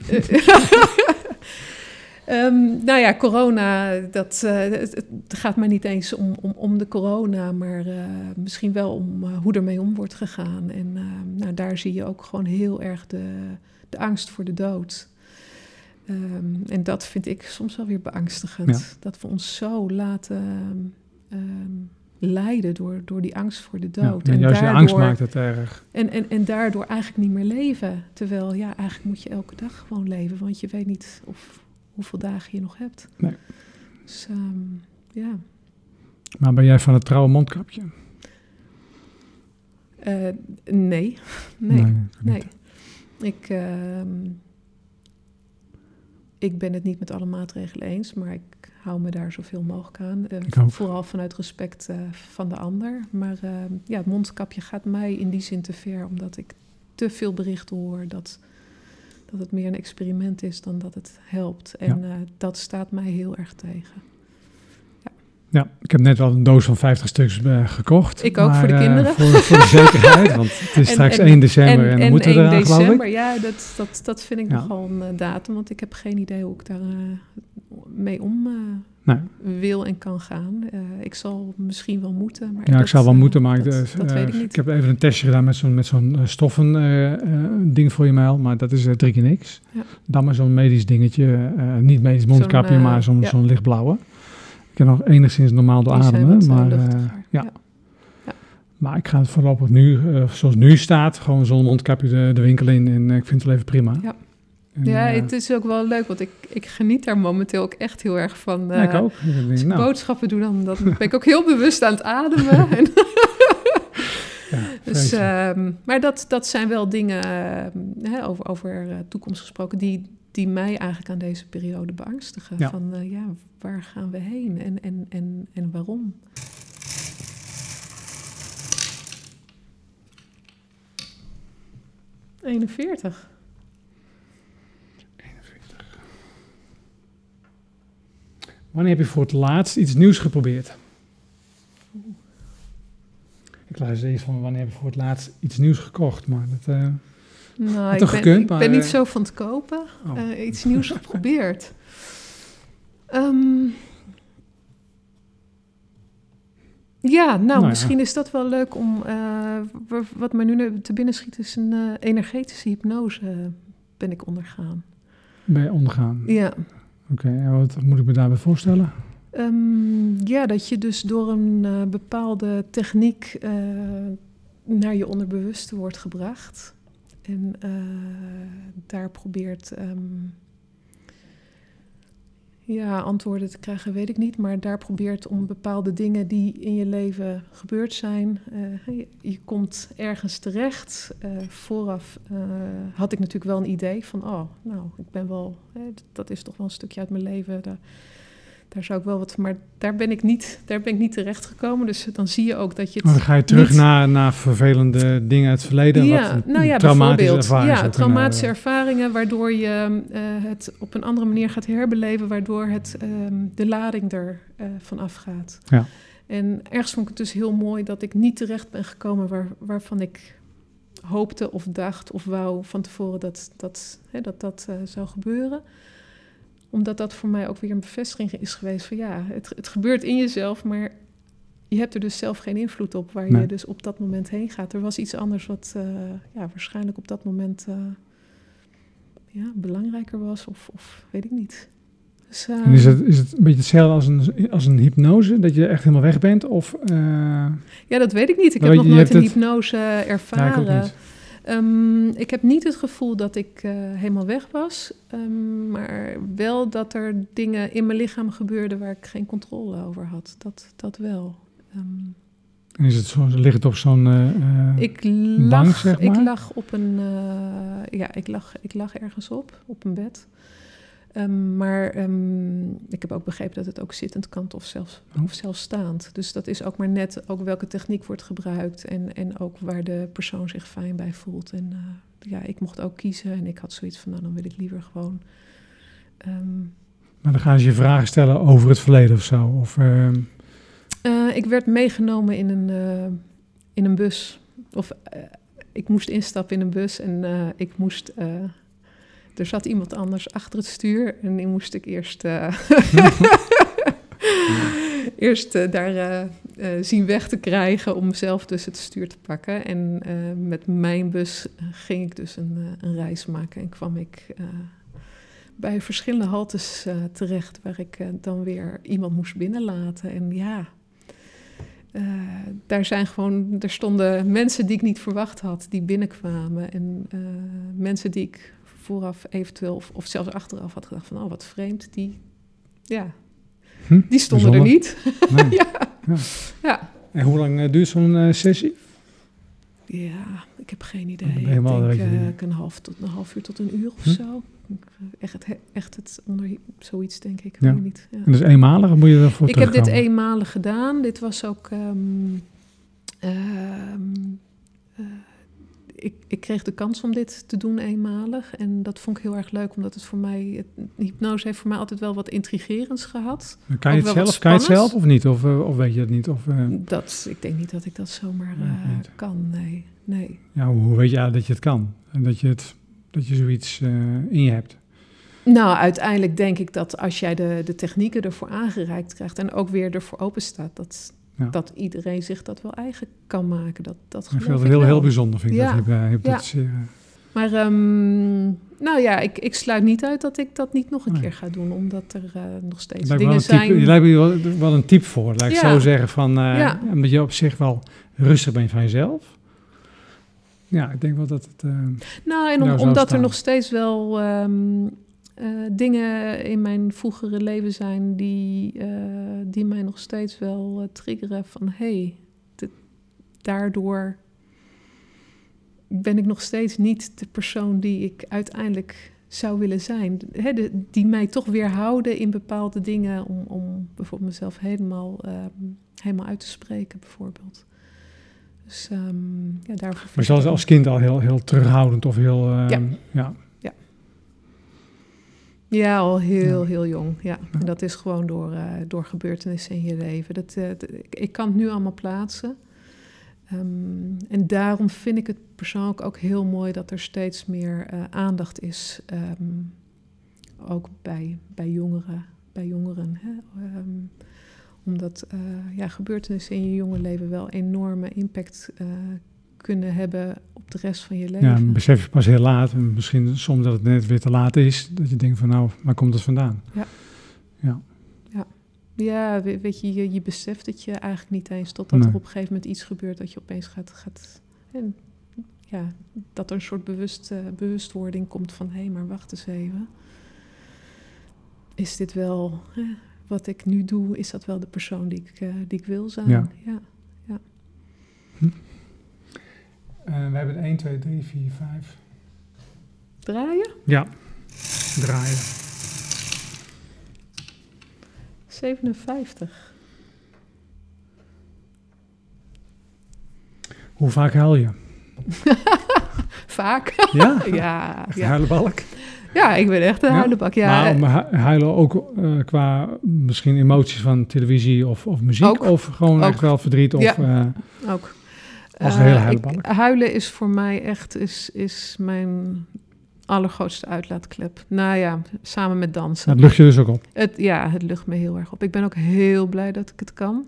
Corona, het gaat mij niet eens om de corona, maar misschien wel om hoe ermee om wordt gegaan. En daar zie je ook gewoon heel erg de angst voor de dood. En dat vind ik soms wel weer beangstigend. Ja. Dat we ons zo laten lijden door die angst voor de dood. Ja, en juist daardoor, de angst maakt het erg. En daardoor eigenlijk niet meer leven. Terwijl, eigenlijk moet je elke dag gewoon leven. Want je weet niet hoeveel dagen je nog hebt. Nee. Dus, ja. Maar ben jij van het trouwe mondkapje? Nee. Ik ben het niet met alle maatregelen eens, maar ik hou me daar zoveel mogelijk aan. Vooral vanuit respect van de ander. Maar het mondkapje gaat mij in die zin te ver, omdat ik te veel berichten hoor dat het meer een experiment is dan dat het helpt. En dat staat mij heel erg tegen. Ja, ik heb net wel een doos van 50 stuks gekocht. Ik ook, voor de kinderen. Voor de zekerheid, want het is straks 1 december en dan moeten we eraan, geloof ik. Ja, dat vind ik nogal een datum, want ik heb geen idee hoe ik daar mee om wil en kan gaan. Ik zal misschien wel moeten. Maar ik zal wel moeten, maar dat weet ik niet. Ik heb even een testje gedaan met zo'n stoffen ding voor je mail, maar dat is 3 keer niks. Ja. Dan maar zo'n medisch dingetje, niet medisch mondkapje, maar zo'n lichtblauwe. Ik kan nog enigszins normaal doorademen, maar ja. Maar ik ga het voorlopig nu, zoals nu staat, gewoon zo'n mondkapje de winkel in en ik vind het wel even prima. Ja. Het is ook wel leuk, want ik geniet daar momenteel ook echt heel erg van. Ik ook. Als ik boodschappen doe, dan ben ik ook heel bewust aan het ademen. Dus, maar dat zijn wel dingen, over toekomst gesproken, die mij eigenlijk aan deze periode beangstigen. Ja. Van waar gaan we heen en waarom? ...41. Wanneer heb je voor het laatst iets nieuws geprobeerd? Ik luister eerst van wanneer heb je voor het laatst iets nieuws gekocht, maar dat... ik ben niet zo van het kopen. Iets nieuws geprobeerd. Misschien is dat wel leuk om... wat me nu te binnen schiet is een energetische hypnose ben ik ondergaan. Ben je ondergaan? Ja. Oké, en wat moet ik me daarbij voorstellen? Dat je dus door een bepaalde techniek naar je onderbewuste wordt gebracht. En daar probeert antwoorden te krijgen, weet ik niet. Maar daar probeert om bepaalde dingen die in je leven gebeurd zijn. Je komt ergens terecht. Vooraf had ik natuurlijk wel een idee van... ik ben wel... dat is toch wel een stukje uit mijn leven... Daar zou ik wel wat... Maar daar ben ik niet terechtgekomen. Dus dan zie je ook dat je het... Maar dan ga je terug naar vervelende dingen uit het verleden. Traumatische ervaringen. Ja, traumatische ervaringen... waardoor je het op een andere manier gaat herbeleven... waardoor de lading er van afgaat. Ja. En ergens vond ik het dus heel mooi... dat ik niet terecht ben gekomen waarvan ik hoopte of dacht... of wou van tevoren dat zou gebeuren... Omdat dat voor mij ook weer een bevestiging is geweest van het gebeurt in jezelf, maar je hebt er dus zelf geen invloed op waar je dus op dat moment heen gaat. Er was iets anders wat waarschijnlijk op dat moment belangrijker was of weet ik niet. Dus, en is het een beetje hetzelfde als een hypnose, dat je echt helemaal weg bent? Of, Ja, dat weet ik niet. Ik heb nog nooit een hypnose ervaren. Ja, ik ook niet. Ik heb niet het gevoel dat ik helemaal weg was, maar wel dat er dingen in mijn lichaam gebeurden waar ik geen controle over had. Dat wel. Is het zo? Ligt het op zo'n bank, zeg maar? Ik lag op een... ik lag ergens op een bed. Maar ik heb ook begrepen dat het ook zittend kan of zelfs staand. Dus dat is ook maar net ook welke techniek wordt gebruikt en ook waar de persoon zich fijn bij voelt. En ik mocht ook kiezen en ik had zoiets van, dan wil ik liever gewoon... Maar dan gaan ze je vragen stellen over het verleden of zo? Of, ik werd meegenomen in een bus. Of ik moest instappen in een bus en ik moest... Er zat iemand anders achter het stuur en die moest ik eerst daar zien weg te krijgen om zelf dus het stuur te pakken. En met mijn bus ging ik dus een reis maken en kwam ik bij verschillende haltes terecht waar ik dan weer iemand moest binnenlaten. En er stonden mensen die ik niet verwacht had, die binnenkwamen. En mensen die ik vooraf eventueel, of zelfs achteraf had gedacht van, wat vreemd, die stonden bijzonder. er niet. Nee. Ja. Ja. En hoe lang duurt zo'n sessie? Ja, ik heb geen idee. Helemaal Ik denk een half uur tot een uur of zo. Echt het onder zoiets, denk ik. Ja. Niet. Ja. En dat is eenmalig of moet je daarvoor Ik heb terugkomen? dit eenmalig gedaan. Dit was ook... ik kreeg de kans om dit te doen eenmalig. En dat vond ik heel erg leuk, omdat het voor mij... Hypnose heeft voor mij altijd wel wat intrigerends gehad. Kan je het zelf of niet? Of weet je het niet? Ik denk niet dat ik dat zomaar kan, nee. Ja, hoe weet je dat je het kan? En dat je zoiets in je hebt? Nou, uiteindelijk denk ik dat als jij de technieken ervoor aangereikt krijgt... en ook weer ervoor open staat... dat iedereen zich dat wel eigen kan maken. Dat ik vind het heel bijzonder, vind ik dat hypnotiseren. Maar ik sluit niet uit dat ik dat niet nog een keer ga doen... omdat er nog steeds dingen zijn... Je lijkt me wel een type voor, laat ik zo zeggen. Omdat je op zich wel rustig bent van jezelf... Ja, ik denk wel dat het... omdat er nog steeds wel dingen in mijn vroegere leven zijn... die mij nog steeds wel triggeren van... daardoor ben ik nog steeds niet de persoon die ik uiteindelijk zou willen zijn. Die mij toch weerhouden in bepaalde dingen... om bijvoorbeeld mezelf helemaal uit te spreken, bijvoorbeeld. Dus daarvoor... Maar zoals als kind al heel terughoudend of heel... Ja, al heel jong. Ja. En dat is gewoon door gebeurtenissen in je leven. Ik kan het nu allemaal plaatsen. En daarom vind ik het persoonlijk ook heel mooi... dat er steeds meer aandacht is. Ook bij jongeren. Omdat gebeurtenissen in je jonge leven... wel enorme impact kunnen hebben op de rest van je leven. Ja, besef je pas heel laat. Misschien soms dat het net weer te laat is. Dat je denkt van waar komt het vandaan? Ja, weet je, je beseft het je eigenlijk niet eens... totdat er op een gegeven moment iets gebeurt... dat je opeens gaat dat er een soort bewustwording komt van... maar wacht eens even. Is dit wel... wat ik nu doe, is dat wel de persoon die ik wil zijn? Ja. We hebben 1, 2, 3, 4, 5. Draaien? Ja, draaien. 57. Hoe vaak huil je? Vaak? Ja? Ja. Huilenbalk? Ja, ik ben echt een huilenbak. Ja. Maar huilen ook qua misschien emoties van televisie of muziek? Ook. Of gewoon echt wel verdriet? Of, ook. Als een hele huilenbalk? Huilen is voor mij echt is mijn allergrootste uitlaatklep. Nou ja, samen met dansen. Het lucht je dus ook op? Het lucht me heel erg op. Ik ben ook heel blij dat ik het kan.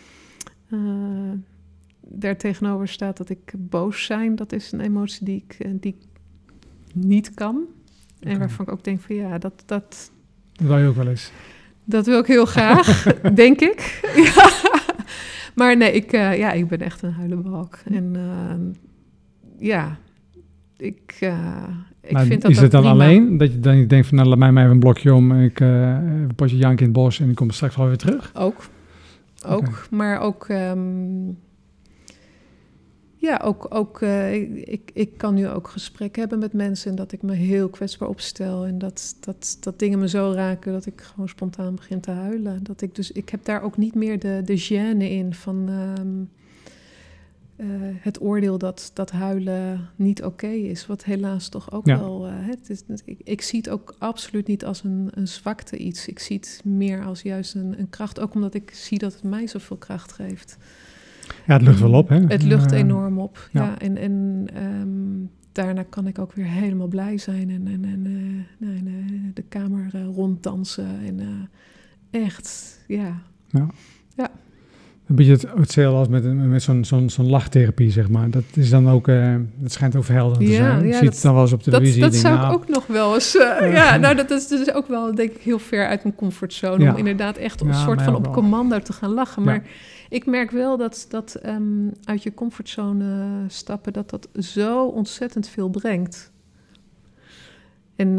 Daartegenover staat dat ik boos zijn. Dat is een emotie die ik niet kan. En waarvan ik ook denk van dat wil je ook wel eens. Dat wil ik heel graag, denk ik. Ja. Maar nee, ik ben echt een huilenbalk. En ik vind dat is het dan prima. alleen? Dat je dan denkt van, laat mij maar even een blokje om. Ik een potje jank in het bos en ik kom straks wel weer terug? Ook. Okay. Maar ook... ik kan nu ook gesprekken hebben met mensen... en dat ik me heel kwetsbaar opstel... en dat dingen me zo raken dat ik gewoon spontaan begin te huilen. Ik heb daar ook niet meer de gêne in van het oordeel dat huilen niet oké is. Wat helaas toch ook wel... ik zie het ook absoluut niet als een zwakte iets. Ik zie het meer als juist een kracht. Ook omdat ik zie dat het mij zoveel kracht geeft... Ja, het lucht wel op, hè? Het lucht enorm op, En daarna kan ik ook weer helemaal blij zijn en de kamer ronddansen. En echt, ja. Een beetje hetzelfde als met zo'n lachtherapie, zeg maar. Dat is dan ook, dat schijnt ook verhelderend te zijn. Je ziet het dan wel eens op televisie. Dat zou ik ook nog wel eens... dat is dus ook wel, denk ik, heel ver uit mijn comfortzone... om inderdaad echt een soort van op commando te gaan lachen. Maar Ik merk wel dat uit je comfortzone stappen, dat zo ontzettend veel brengt. En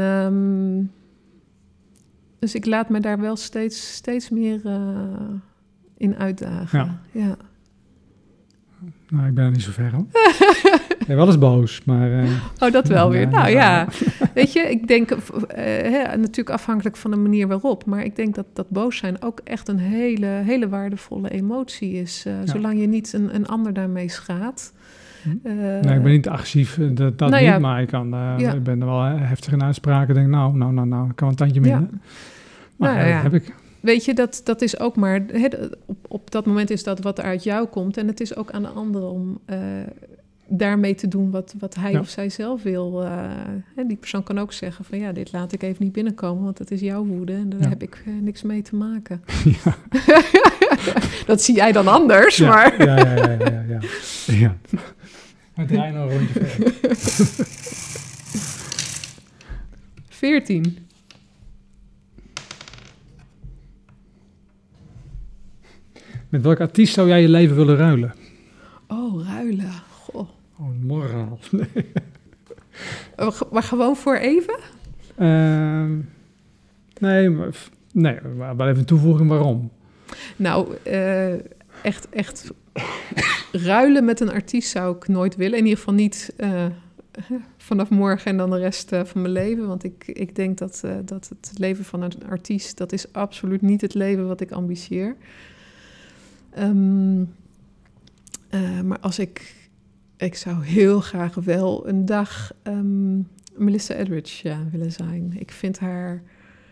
dus ik laat me daar wel steeds meer in uitdagen. Ja. Nou, ik ben er niet zo ver, hoor. Ik ben wel eens boos, maar... dat wel weer. Nou ja, weet je, ik denk... natuurlijk afhankelijk van de manier waarop... maar ik denk dat boos zijn ook echt een hele waardevolle emotie is. Zolang je niet een ander daarmee schaadt. Nee, ik ben niet agressief, dat niet, maar ik ben er wel heftig in uitspraken. Ik denk, nou, ik kan een tandje minder. Ja. Maar dat heb ik... Weet je, dat is ook maar... op dat moment is dat wat er uit jou komt. En het is ook aan de ander om daarmee te doen wat hij of zij zelf wil. Die persoon kan ook zeggen van... ja, dit laat ik even niet binnenkomen... want dat is jouw woede en daar heb ik niks mee te maken. Ja. Dat zie jij dan anders, maar... Ja. Maar draai nou een rondje verder. 14. Met welke artiest zou jij je leven willen ruilen? Oh, ruilen. Goh. Oh, moraal. Maar gewoon voor even? Nee, maar wel even een toevoeging waarom. Nou, echt ruilen met een artiest zou ik nooit willen. In ieder geval niet vanaf morgen en dan de rest van mijn leven. Want ik denk dat het leven van een artiest... dat is absoluut niet het leven wat ik ambitieer. Maar als ik zou heel graag wel een dag Melissa Etheridge willen zijn. Ik vind haar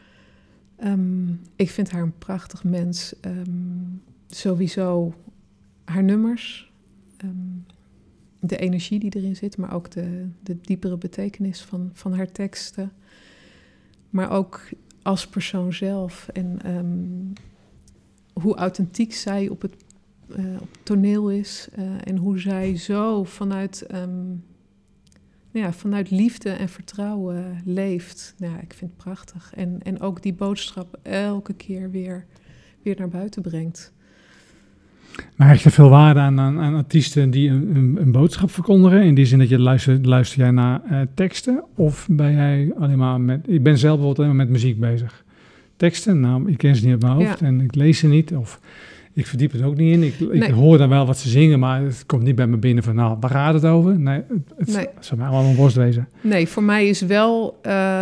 een prachtig mens. Sowieso haar nummers, de energie die erin zit, maar ook de diepere betekenis van haar teksten. Maar ook als persoon zelf en hoe authentiek zij op het toneel is en hoe zij zo vanuit liefde en vertrouwen leeft. Nou, ik vind het prachtig. En ook die boodschap elke keer weer naar buiten brengt. Maar hecht je veel waarde aan artiesten die een boodschap verkondigen? In die zin dat je luister jij naar teksten? Of ben jij alleen maar ik ben zelf bijvoorbeeld alleen maar met muziek bezig. Teksten, nou, ik ken ze niet op mijn hoofd en ik lees ze niet. Of ik verdiep het ook niet in. Ik hoor dan wel wat ze zingen, maar het komt niet bij me binnen van, nou, waar gaat het over? Nee, het zou mij allemaal een worst wezen. Nee, voor mij is wel...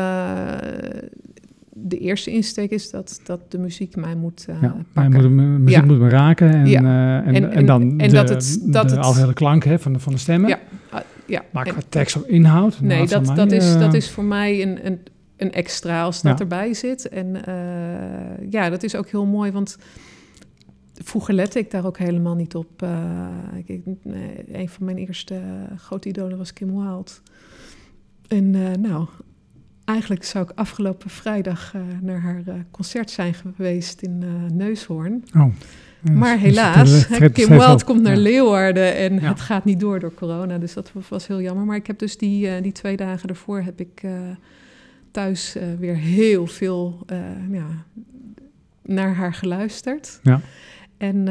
de eerste insteek is dat de muziek mij moet pakken. Muziek moet me raken en dan de algehele klank van de stemmen. Ja. Maar qua tekst of inhoud? Nee, dat is voor mij een extra als dat erbij zit. En dat is ook heel mooi, want vroeger lette ik daar ook helemaal niet op. Een van mijn eerste grote idolen was Kim Wilde. En eigenlijk zou ik afgelopen vrijdag naar haar concert zijn geweest in Neushoorn. Oh. Maar helaas, Kim Wilde komt naar Leeuwarden en het gaat niet door corona. Dus dat was heel jammer. Maar ik heb dus die 2 dagen ervoor heb ik thuis weer heel veel naar haar geluisterd. Ja. En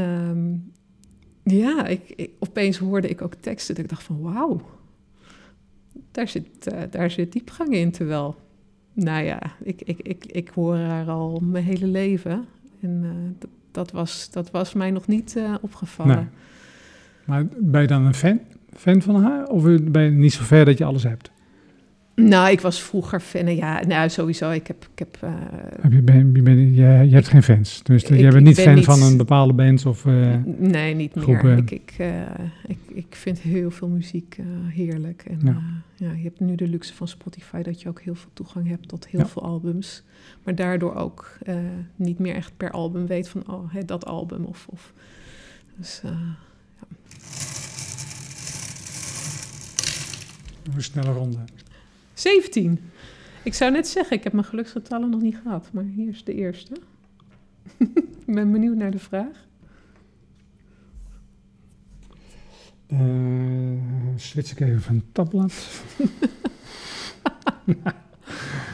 opeens hoorde ik ook teksten dat ik dacht van wauw, daar zit diepgang in. Terwijl, ik hoor haar al mijn hele leven. En dat was mij nog niet opgevallen. Nee. Maar ben je dan een fan van haar? Of ben je niet zo ver dat je alles hebt? Nou, ik was vroeger fan. Ja, sowieso. Je hebt geen fans. Dus jij bent niet fan van een bepaalde band of nee, niet groepen. meer. Ik vind heel veel muziek heerlijk. En je hebt nu de luxe van Spotify dat je ook heel veel toegang hebt tot heel veel albums. Maar daardoor ook niet meer echt per album weet van dat album of dus Een snelle ronde. 17. Ik zou net zeggen, ik heb mijn geluksgetallen nog niet gehad, maar hier is de eerste. Ik ben benieuwd naar de vraag. Switch ik even van het tabblad.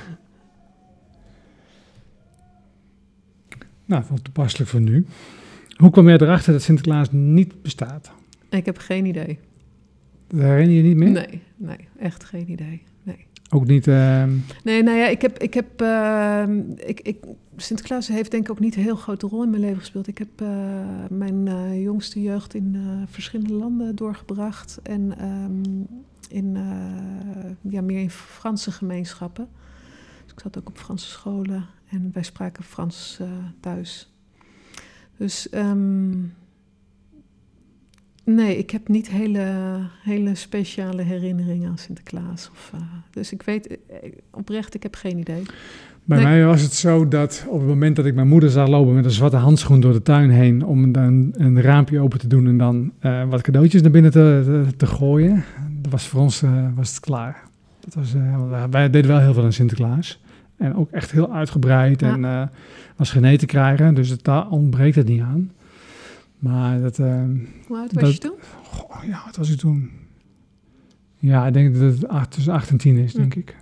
Nou, wel toepasselijk voor nu. Hoe kwam jij erachter dat Sinterklaas niet bestaat? Ik heb geen idee. Dat herinner je niet meer? Nee, echt geen idee. Nee. Ook niet... Nee, nou ja, Sinterklaas heeft denk ik ook niet een heel grote rol in mijn leven gespeeld. Ik heb mijn jongste jeugd in verschillende landen doorgebracht. En meer in Franse gemeenschappen. Dus ik zat ook op Franse scholen en wij spraken Frans thuis. Dus nee, ik heb niet hele speciale herinneringen aan Sinterklaas. Dus ik weet oprecht, ik heb geen idee. Bij mij was het zo dat op het moment dat ik mijn moeder zag lopen met een zwarte handschoen door de tuin heen, om dan een raampje open te doen en dan wat cadeautjes naar binnen te gooien, dat was voor ons was het klaar. Dat was, wij deden wel heel veel aan Sinterklaas. En ook echt heel uitgebreid en was geen eten te krijgen, dus daar ontbreekt het niet aan. Maar dat... Hoe oud was je toen? Ja, wat was ik toen? Ja, ik denk dat het tussen 8 en 10 is, denk ik.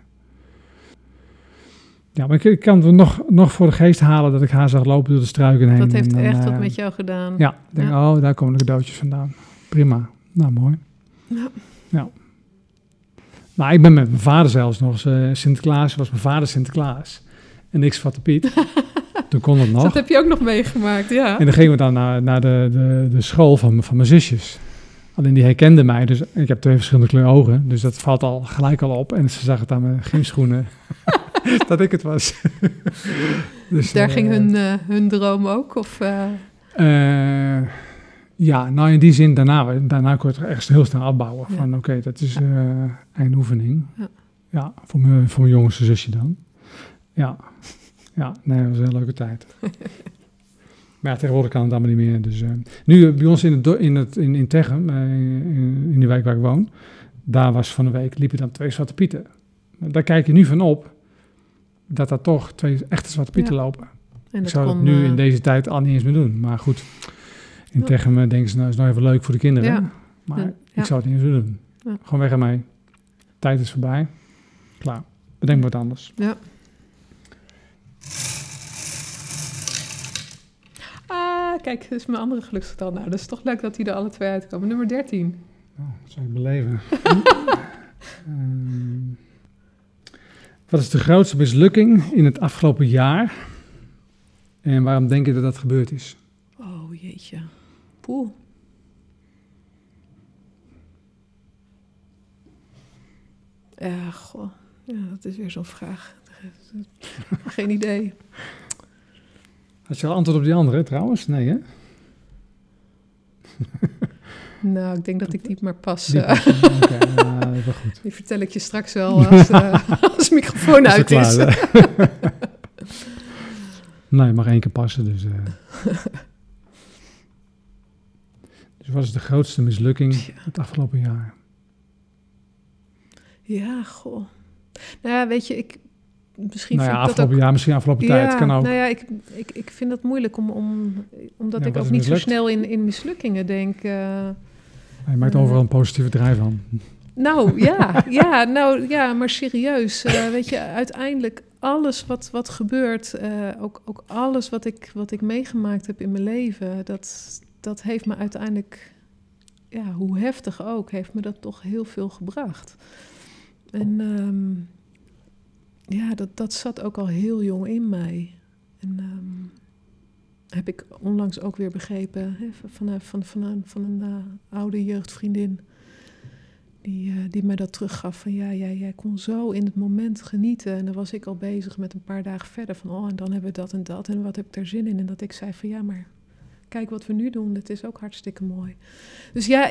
Ja, maar ik kan het nog voor de geest halen dat ik haar zag lopen door de struiken heen. Dat heeft echt wat met jou gedaan. Ja, ik denk, daar komen de cadeautjes vandaan. Prima. Nou, mooi. Ja. Maar ik ben met mijn vader zelfs nog. Sinterklaas was mijn vader Sinterklaas. En ik Zwarte Piet. Toen kon het nog. Dat heb je ook nog meegemaakt, ja. En dan gingen we dan naar de school van mijn zusjes. Alleen die herkende mij, dus ik heb 2 verschillende kleuren ogen. Dus dat valt al gelijk al op. En ze zag het aan mijn gymschoenen dat ik het was. Dus, daar ging hun droom ook? Of, ja, nou in die zin daarna kon je het echt heel snel afbouwen. Ja. Van oké, dat is eindoefening. Ja, voor mijn jongste zusje dan. Ja, nee, dat was een hele leuke tijd. Maar ja, tegenwoordig kan het allemaal niet meer. Dus, nu bij ons in Techem, in die wijk waar ik woon, daar was van de week liepen dan 2 Zwarte Pieten. Daar kijk je nu van op dat er toch 2 echte Zwarte Pieten lopen. En ik zou dat nu in deze tijd al niet eens meer doen. Maar goed, in Techem denken ze, nou is nou even leuk voor de kinderen. Ja. Maar ik zou het niet eens meer doen. Ja. Gewoon weg ermee. Tijd is voorbij. Klaar. Bedenk wat anders. Ja. Kijk, dit is mijn andere geluksgetal. Nou, dat is toch leuk dat die er alle 2 uitkomen. Nummer 13. Oh, dat zou ik beleven. Wat is de grootste mislukking in het afgelopen jaar? En waarom denk je dat dat gebeurd is? Oh, jeetje. Poeh. Ja, goh. Ja, dat is weer zo'n vraag. Geen idee. Had je al antwoord op die andere trouwens? Nee, hè? Nou, ik denk dat ik die maar pas. Oké, dat is wel goed. Die vertel ik je straks wel als de microfoon uit is. Nee, mag 1 keer passen. Dus wat is de grootste mislukking het afgelopen jaar? Ja, goh. Nou ja, weet je, misschien afgelopen jaar, misschien afgelopen tijd, kan ook. Nou ja, ik vind dat moeilijk omdat ik ook niet zo snel in mislukkingen denk. Je maakt overal een positieve draai van. Nou, ja, maar serieus. Weet je, uiteindelijk alles wat gebeurt, ook alles wat ik meegemaakt heb in mijn leven, dat heeft me uiteindelijk, ja, hoe heftig ook, heeft me dat toch heel veel gebracht. En dat zat ook al heel jong in mij. En heb ik onlangs ook weer begrepen van een oude jeugdvriendin die mij dat teruggaf van jij kon zo in het moment genieten. En dan was ik al bezig met een paar dagen verder van en dan hebben we dat en dat en wat heb ik er zin in. En dat ik zei van ja, maar kijk wat we nu doen, dat is ook hartstikke mooi. Dus ja,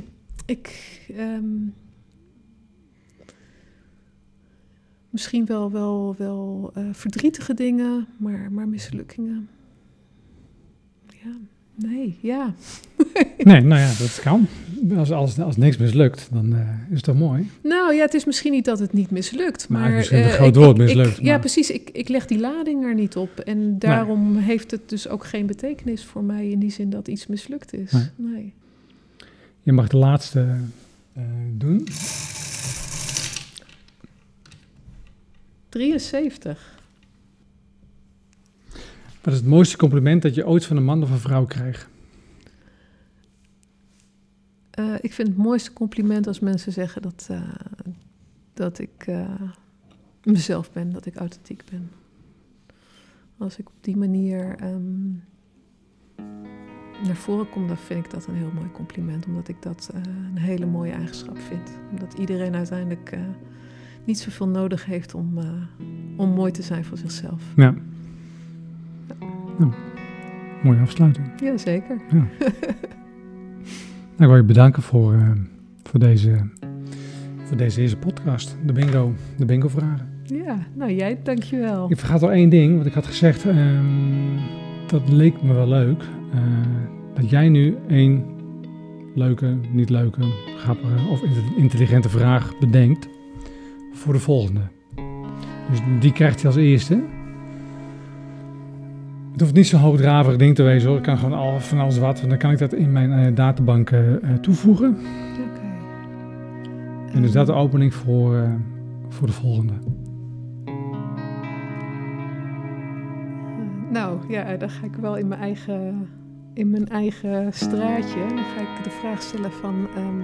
misschien wel verdrietige dingen, maar mislukkingen. Ja, nee, ja. Nee, nou ja, dat kan. Als niks mislukt, dan is het toch mooi? Nou ja, het is misschien niet dat het niet mislukt. Maar misschien een groot woord mislukt. Ja, precies. Ik leg die lading er niet op. En daarom heeft het dus ook geen betekenis voor mij in die zin dat iets mislukt is. Nee. Je mag de laatste doen. 73. Wat is het mooiste compliment dat je ooit van een man of een vrouw kreeg? Ik vind het mooiste compliment als mensen zeggen dat ik mezelf ben, dat ik authentiek ben. Als ik op die manier naar voren kom, dan vind ik dat een heel mooi compliment. Omdat ik dat een hele mooie eigenschap vind. Omdat iedereen uiteindelijk niet zoveel nodig heeft om mooi te zijn voor zichzelf. Ja. Nou, mooie afsluiting. Jazeker. Ja. Ik wil je bedanken voor deze eerste podcast. De bingo vragen. Ja, nou jij, dankjewel. Ik vergat al één ding, want ik had gezegd, dat leek me wel leuk, dat jij nu één leuke, niet leuke, grappige of intelligente vraag bedenkt voor de volgende. Dus die krijgt hij als eerste. Het hoeft niet zo'n hoogdravig ding te wezen hoor. Ik kan gewoon van alles wat. Dan kan ik dat in mijn databank toevoegen. Oké. En dus dat de opening voor de volgende. Nou ja, dan ga ik wel in mijn eigen straatje. Dan ga ik de vraag stellen van...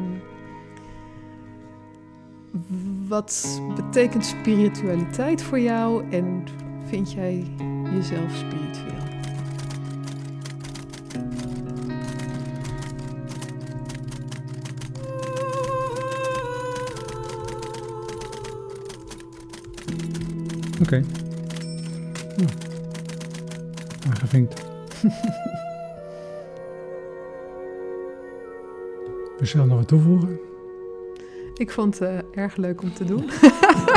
wat betekent spiritualiteit voor jou en vind jij jezelf spiritueel? Oké. Nou, aangevinkt. Wil je nog wat toevoegen? Ik vond het erg leuk om te doen.